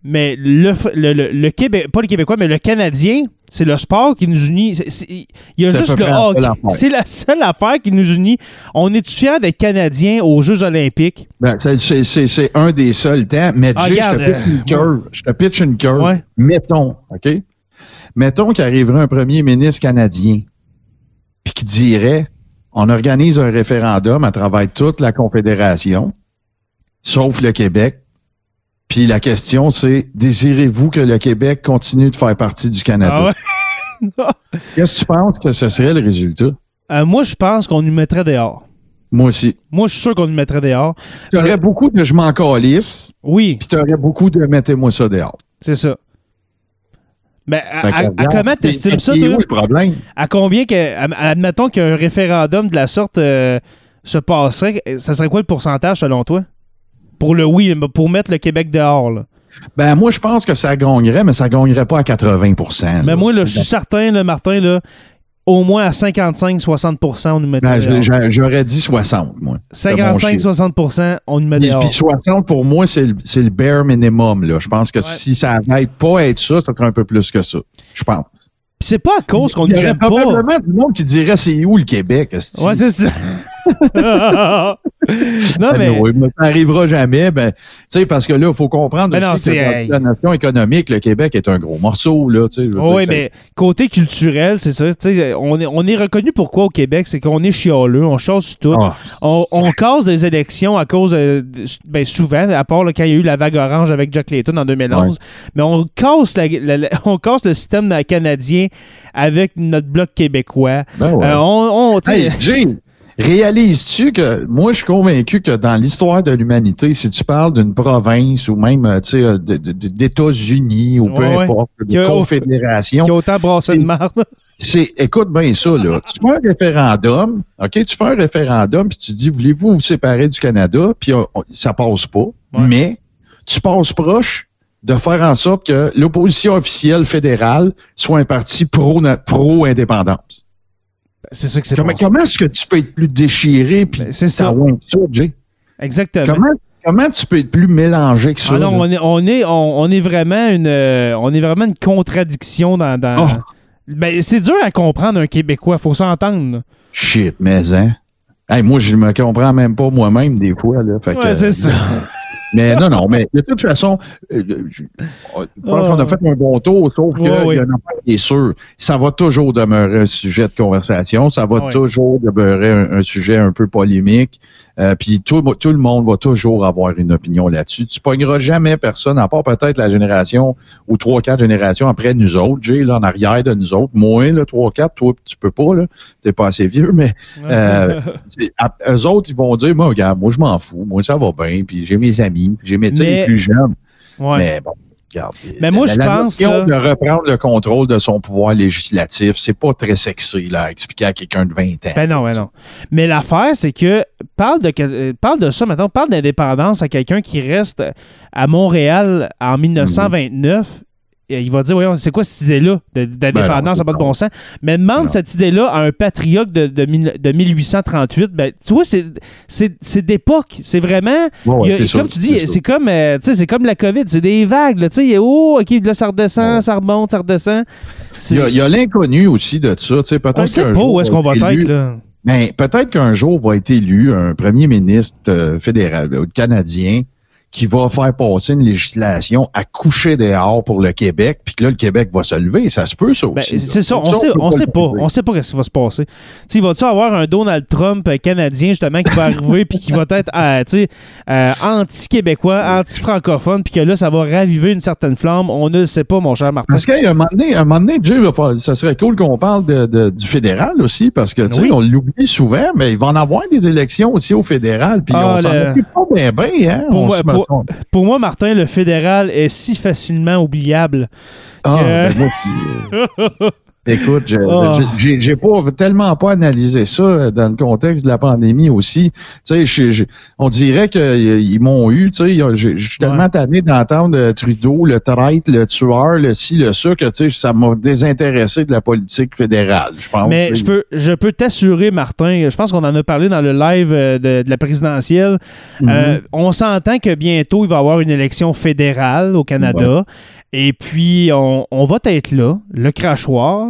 Mais le Québec, pas le Québécois, mais le Canadien, c'est le sport qui nous unit. Il y a juste le hockey. C'est la seule affaire qui nous unit. On est fiers d'être Canadiens aux Jeux olympiques. Ben, c'est un des seuls temps. Mais Jay, je te pitch une curve. Ouais. Mettons, OK? Mettons qu'il arriverait un premier ministre canadien puis qui dirait on organise un référendum à travers toute la Confédération, sauf le Québec. Puis la question, c'est, désirez-vous que le Québec continue de faire partie du Canada? Ah ouais? Qu'est-ce que tu penses que ce serait le résultat? Moi, je pense qu'on nous mettrait dehors. Moi aussi. Moi, je suis sûr qu'on nous mettrait dehors. Tu aurais beaucoup de je m'en calisse. Oui. Puis tu aurais beaucoup de mettez-moi ça dehors. C'est ça. Mais à comment t'estimes ça, toi? C'est où le problème? À combien admettons qu'un référendum de la sorte se passerait, ça serait quoi le pourcentage selon toi? Pour le oui, pour mettre le Québec dehors, là. Ben, moi, je pense que ça gagnerait, mais ça gagnerait pas à 80%. Mais moi, là, je suis certain, là, Martin, là, au moins à 55-60%, on nous mettrait dehors. J'aurais dit 60, moi. 55-60%, on nous met dehors. Puis 60, pour moi, c'est le bare minimum, là. Je pense que si ça n'arrête pas être ça serait un peu plus que ça. Je pense. Puis c'est pas à cause qu'on nous aime pas. Il y aurait probablement du monde qui dirait c'est où le Québec, est-ce Ouais, c'est ça. Non, mais. Ça n'arrivera jamais. Ben, tu sais, parce que là, il faut comprendre aussi que dans la nation économique, le Québec est un gros morceau, là. Oui, mais côté culturel, c'est ça. On est reconnu pourquoi au Québec, c'est qu'on est chialeux, on chasse tout. On casse des élections à cause ben, souvent, à part là, quand il y a eu la vague orange avec Jack Layton en 2011. Ouais. Mais on casse le système canadien avec notre bloc québécois. Ben ouais. Hey, Jay, réalises-tu que moi, je suis convaincu que dans l'histoire de l'humanité, si tu parles d'une province ou même d'États-Unis ou peu importe, de confédération... Qui a autant brassé de marde. Écoute bien ça, là. Tu fais un référendum, OK? Tu fais un référendum, puis tu dis, voulez-vous vous séparer du Canada? Puis ça passe pas. Ouais. Mais tu passes proche de faire en sorte que l'opposition officielle fédérale soit un parti pro-indépendance. C'est ça que c'est Comment est-ce que tu peux être plus déchiré puis c'est ça, Jay? Exactement. Comment tu peux être plus mélangé que ça? Ah non, on est vraiment une contradiction dans... Ben, c'est dur à comprendre un Québécois, faut s'entendre. Là. Shit, mais hein? Hey, moi, je me comprends même pas moi-même des fois. Là. Fait que, c'est ça. Mais non, mais de toute façon, je pense qu'on a fait un bon tour, sauf qu'il y a un affaire qui est sûr. Ça va toujours demeurer un sujet de conversation, ça va toujours demeurer un sujet un peu polémique, puis tout le monde va toujours avoir une opinion là-dessus. Tu pogneras jamais personne, à part peut-être la génération ou 3-4 générations après nous autres, Jay, là, en arrière de nous autres. Moi, là, 3-4, toi, tu peux pas, là. T'es pas assez vieux, mais eux autres, ils vont dire, moi, regarde, moi, je m'en fous, moi, ça va bien, puis j'ai mes amis. J'ai mes les plus jeunes. Ouais. Mais bon, regarde. Mais moi, je pense que de reprendre le contrôle de son pouvoir législatif, c'est pas très sexy là, à expliquer à quelqu'un de 20 ans. Ben non. Mais l'affaire, c'est que parle de ça, maintenant, parle d'indépendance à quelqu'un qui reste à Montréal en 1929. Il va dire, voyons, c'est quoi cette idée-là d'indépendance, ça n'a pas de bon sens. Mais demande cette idée-là à un patriote de 1838. Ben, tu vois, c'est d'époque. C'est vraiment... comme tu dis, c'est comme la COVID. C'est des vagues. Là, OK, là, ça redescend, ça remonte, ça redescend. Il y a l'inconnu aussi de ça. On ne sait pas où est-ce qu'on va être. Là. Ben, peut-être qu'un jour va être élu un premier ministre fédéral canadien qui va faire passer une législation à coucher dehors pour le Québec, puis que là, le Québec va se lever. Ça se peut, ça aussi. C'est ça. On sait pas. On sait pas ce qui va se passer. Il va-tu avoir un Donald Trump canadien, justement, qui va arriver, puis qui va être anti-québécois, anti-francophone, puis que là, ça va raviver une certaine flamme. On ne le sait pas, mon cher Martin. Parce qu'à un moment donné, Jay, ça serait cool qu'on parle du fédéral aussi, parce que, on l'oublie souvent, mais il va en avoir des élections aussi au fédéral, puis on s'en occupe pas bien, hein? Pour moi, Martin, le fédéral est si facilement oubliable. Ben moi, Écoute, j'ai tellement pas analysé ça dans le contexte de la pandémie aussi. Tu sais, on dirait qu'ils m'ont eu. Tu sais, je suis tellement tanné d'entendre Trudeau, le traître, le tueur, le ci, le ça, que tu sais, ça m'a désintéressé de la politique fédérale, je pense. Mais je peux t'assurer, Martin, je pense qu'on en a parlé dans le live de la présidentielle. On s'entend que bientôt, il va y avoir une élection fédérale au Canada. Ouais. Et puis, on va être là, le crachoir.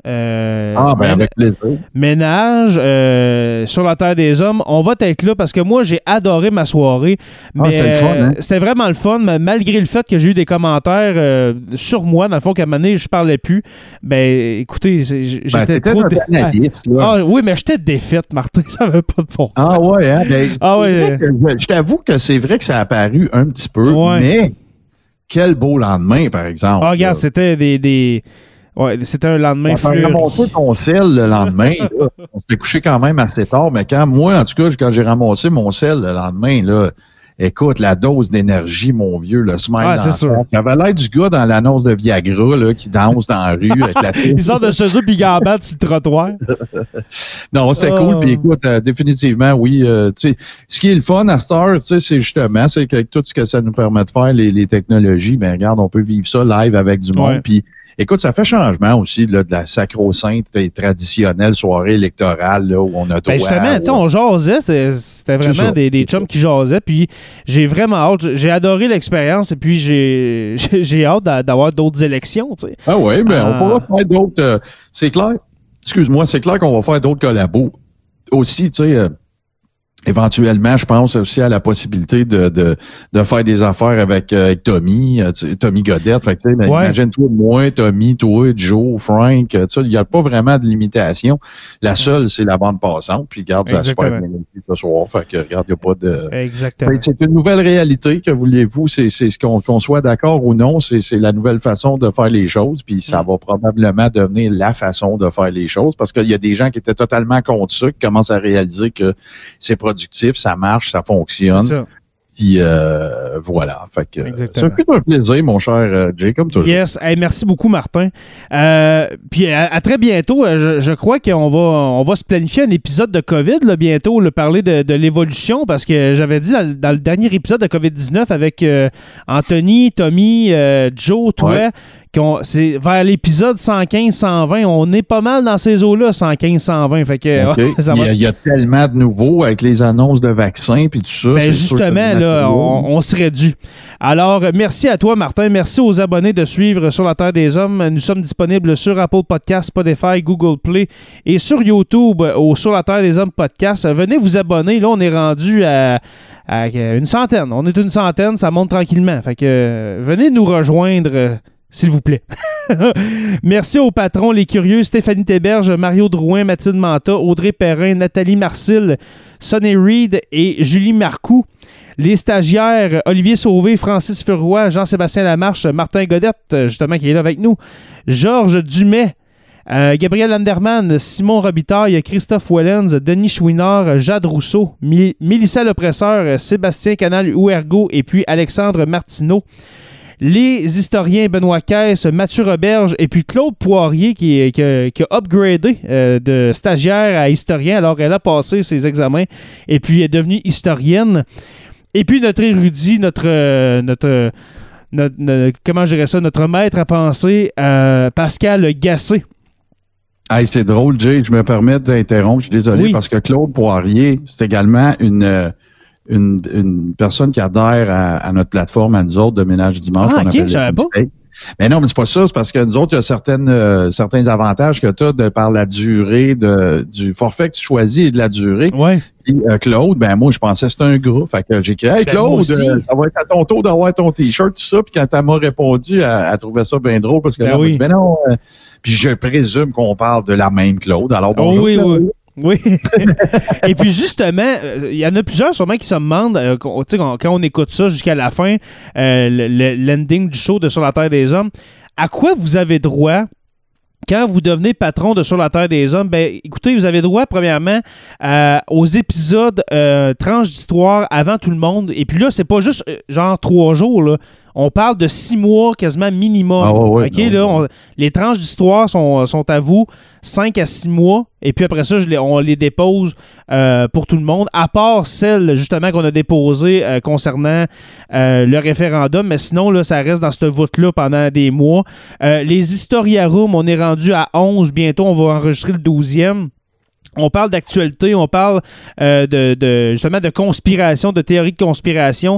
Avec plaisir. Ménage sur la Terre des Hommes. On va être là parce que moi, j'ai adoré ma soirée. Mais c'était le fun, hein? C'était vraiment le fun, malgré le fait que j'ai eu des commentaires sur moi, dans le fond, qu'à un moment donné, je parlais plus. Ben, écoutez, j'étais trop... oui, mais j'étais défaite, Martin. Ça n'avait pas de bon sens. Ah ouais, hein? Ben, je t'avoue que c'est vrai que ça a apparu un petit peu, mais quel beau lendemain, par exemple. Regarde, c'était c'était un lendemain fleuri. On a ramassé ton sel le lendemain. Là. On s'était couché quand même assez tard, mais moi, en tout cas, quand j'ai ramassé mon sel le lendemain, là, écoute, la dose d'énergie, mon vieux, le smile. C'est sûr. J'avais l'air du gars dans l'annonce de Viagra là, qui danse dans la rue avec la tête. Il sort de chez eux puis il gambade sur le trottoir. Non, c'était cool. Puis écoute, définitivement, oui. Tu sais, ce qui est le fun à Star, tu sais, c'est justement, c'est qu'avec tout ce que ça nous permet de faire, les technologies, ben regarde, on peut vivre ça live avec du monde. Puis écoute, ça fait changement aussi là, de la sacro-sainte et traditionnelle soirée électorale là, où on a droit. Justement, tu sais, on jasait, c'était vraiment des chums qui jasaient, puis j'ai vraiment hâte, j'ai adoré l'expérience et puis j'ai hâte d'avoir d'autres élections, tu sais. Ah oui, ben on pourra faire d'autres, c'est clair, excuse-moi, c'est clair qu'on va faire d'autres collabos aussi, tu sais. Éventuellement, je pense aussi à la possibilité de faire des affaires avec Tommy Godette. Fait que, imagine-toi, moi, Tommy, toi, Joe, Frank, il n'y a pas vraiment de limitation. La seule, c'est la bande passante. Puis, regarde, ça se passe ce soir. Fait que, regarde, il n'y a pas de... Exactement. C'est une nouvelle réalité, que voulez-vous. C'est ce qu'on soit d'accord ou non, c'est la nouvelle façon de faire les choses. Puis, ça va probablement devenir la façon de faire les choses. Parce qu'il y a des gens qui étaient totalement contre ça, qui commencent à réaliser que c'est productif, ça marche, ça fonctionne. C'est ça. Puis voilà. Fait que ça fait un plaisir, mon cher Jay, comme toujours. Yes. Hey, merci beaucoup, Martin. Puis à très bientôt. Je crois qu'on va se planifier un épisode de COVID là, bientôt, parler de l'évolution, parce que j'avais dit dans le dernier épisode de COVID-19 avec Anthony, Tommy, Joe, toi, c'est vers l'épisode 115-120. On est pas mal dans ces eaux-là, 115-120. Fait que, il y a tellement de nouveaux avec les annonces de vaccins puis tout ça. Ben justement, là, on serait dû. Alors, merci à toi, Martin. Merci aux abonnés de suivre Sur la Terre des Hommes. Nous sommes disponibles sur Apple Podcasts, Spotify, Google Play et sur YouTube au Sur la Terre des Hommes podcast. Venez vous abonner. Là, on est rendu à une centaine. On est une centaine. Ça monte tranquillement. Fait que venez nous rejoindre. S'il vous plaît. Merci aux patrons, les curieux, Stéphanie Théberge, Mario Drouin, Mathilde Manta, Audrey Perrin, Nathalie Marcil, Sonny Reed et Julie Marcoux. Les stagiaires, Olivier Sauvé, Francis Furoy, Jean-Sébastien Lamarche, Martin Godette, justement, qui est là avec nous, Georges Dumais, Gabriel Landerman, Simon Robitaille, Christophe Wellens, Denis Chouinard, Jade Rousseau, Mélissa Lepresseur, Sébastien Canal-Ouergo et puis Alexandre Martineau. Les historiens Benoît Caisse, Mathieu Roberge et puis Claude Poirier qui a upgradé de stagiaire à historien. Alors, elle a passé ses examens et puis est devenue historienne. Et puis, notre érudit, notre comment je dirais ça, notre maître à penser, Pascal Gassé. Hey, c'est drôle, Jay, je me permets d'interrompre, je suis désolé, parce que Claude Poirier, c'est également une personne qui adhère à notre plateforme, à nous autres, de Ménage Dimanche. Ah, OK, je savais pas. Mais non, mais c'est pas ça, c'est parce que nous autres, il y a certains avantages que tu as par la durée du forfait que tu choisis et de la durée. Ouais. Puis Claude, ben moi, je pensais que c'était un gars. Fait que j'ai écrit, hey Claude, ça va être à ton tour d'avoir ton t-shirt, tout ça. Puis quand elle m'a répondu, elle trouvait ça bien drôle parce que là, dit, ben non. Puis je présume qu'on parle de la même Claude. Alors bonjour. Oui. Oui. Et puis justement, il y en a plusieurs sûrement qui se demandent, quand on écoute ça jusqu'à la fin, l'ending du show de Sur la Terre des Hommes, à quoi vous avez droit quand vous devenez patron de Sur la Terre des Hommes? Ben, écoutez, vous avez droit, premièrement, aux épisodes tranches d'histoire avant tout le monde. Et puis là, c'est pas juste genre 3 jours, là. on parle de 6 mois quasiment minimum. Ah ouais, OK, là, les tranches d'histoire sont à vous 5 à 6 mois. Et puis après ça, on les dépose pour tout le monde, à part celle justement qu'on a déposée concernant le référendum. Mais sinon, là, ça reste dans cette voûte-là pendant des mois. Les Historia Room, on est rendu à 11. Bientôt, on va enregistrer le 12e. On parle d'actualité, on parle justement de conspiration, de théories de conspiration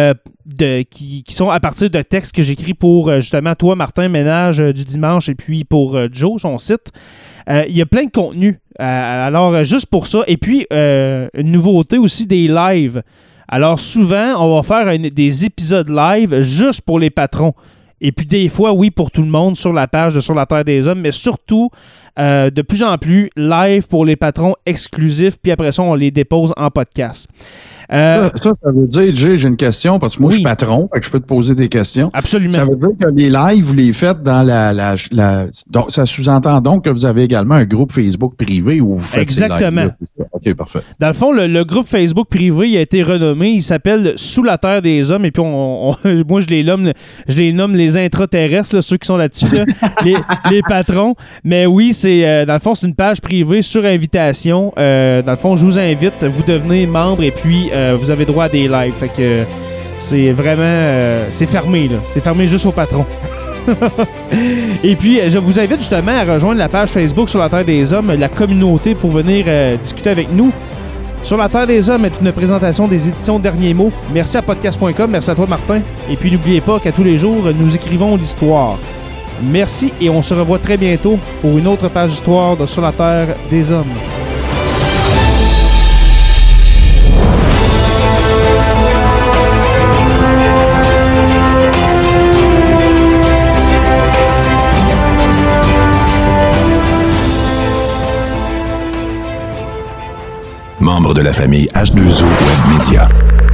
qui sont à partir de textes que j'écris pour justement toi, Martin Ménage du Dimanche, et puis pour Joe, son site. Il y a plein de contenu. Alors, juste pour ça. Et puis, une nouveauté aussi, des lives. Alors, souvent, on va faire des épisodes live juste pour les patrons. Et puis des fois, oui, pour tout le monde sur la page de Sur la Terre des Hommes, mais surtout, de plus en plus, live pour les patrons exclusifs, puis après ça, on les dépose en podcast. Ça veut dire, j'ai une question, parce que moi, je suis patron, fait que je peux te poser des questions. Absolument. Ça veut dire que les lives, vous les faites dans donc, ça sous-entend donc que vous avez également un groupe Facebook privé où vous faites Exactement. Ces lives-là. OK, parfait. Dans le fond, le groupe Facebook privé, il a été renommé, il s'appelle Sous la Terre des Hommes, et puis moi, je les nomme les intraterrestres, là, ceux qui sont là-dessus, là, les patrons. Mais oui, dans le fond, c'est une page privée sur invitation. Dans le fond, je vous invite, vous devenez membre, et puis vous avez droit à des lives. Fait que c'est vraiment... c'est fermé, là. C'est fermé juste aux patrons. Et puis, je vous invite justement à rejoindre la page Facebook Sur la Terre des Hommes, la communauté, pour venir discuter avec nous. Sur la Terre des Hommes est une présentation des éditions Derniers Mots. Merci à podcast.com, merci à toi, Martin. Et puis, n'oubliez pas qu'à tous les jours, nous écrivons l'histoire. Merci et on se revoit très bientôt pour une autre page d'histoire de Sur la Terre des Hommes. Membre de la famille H2O Web Media.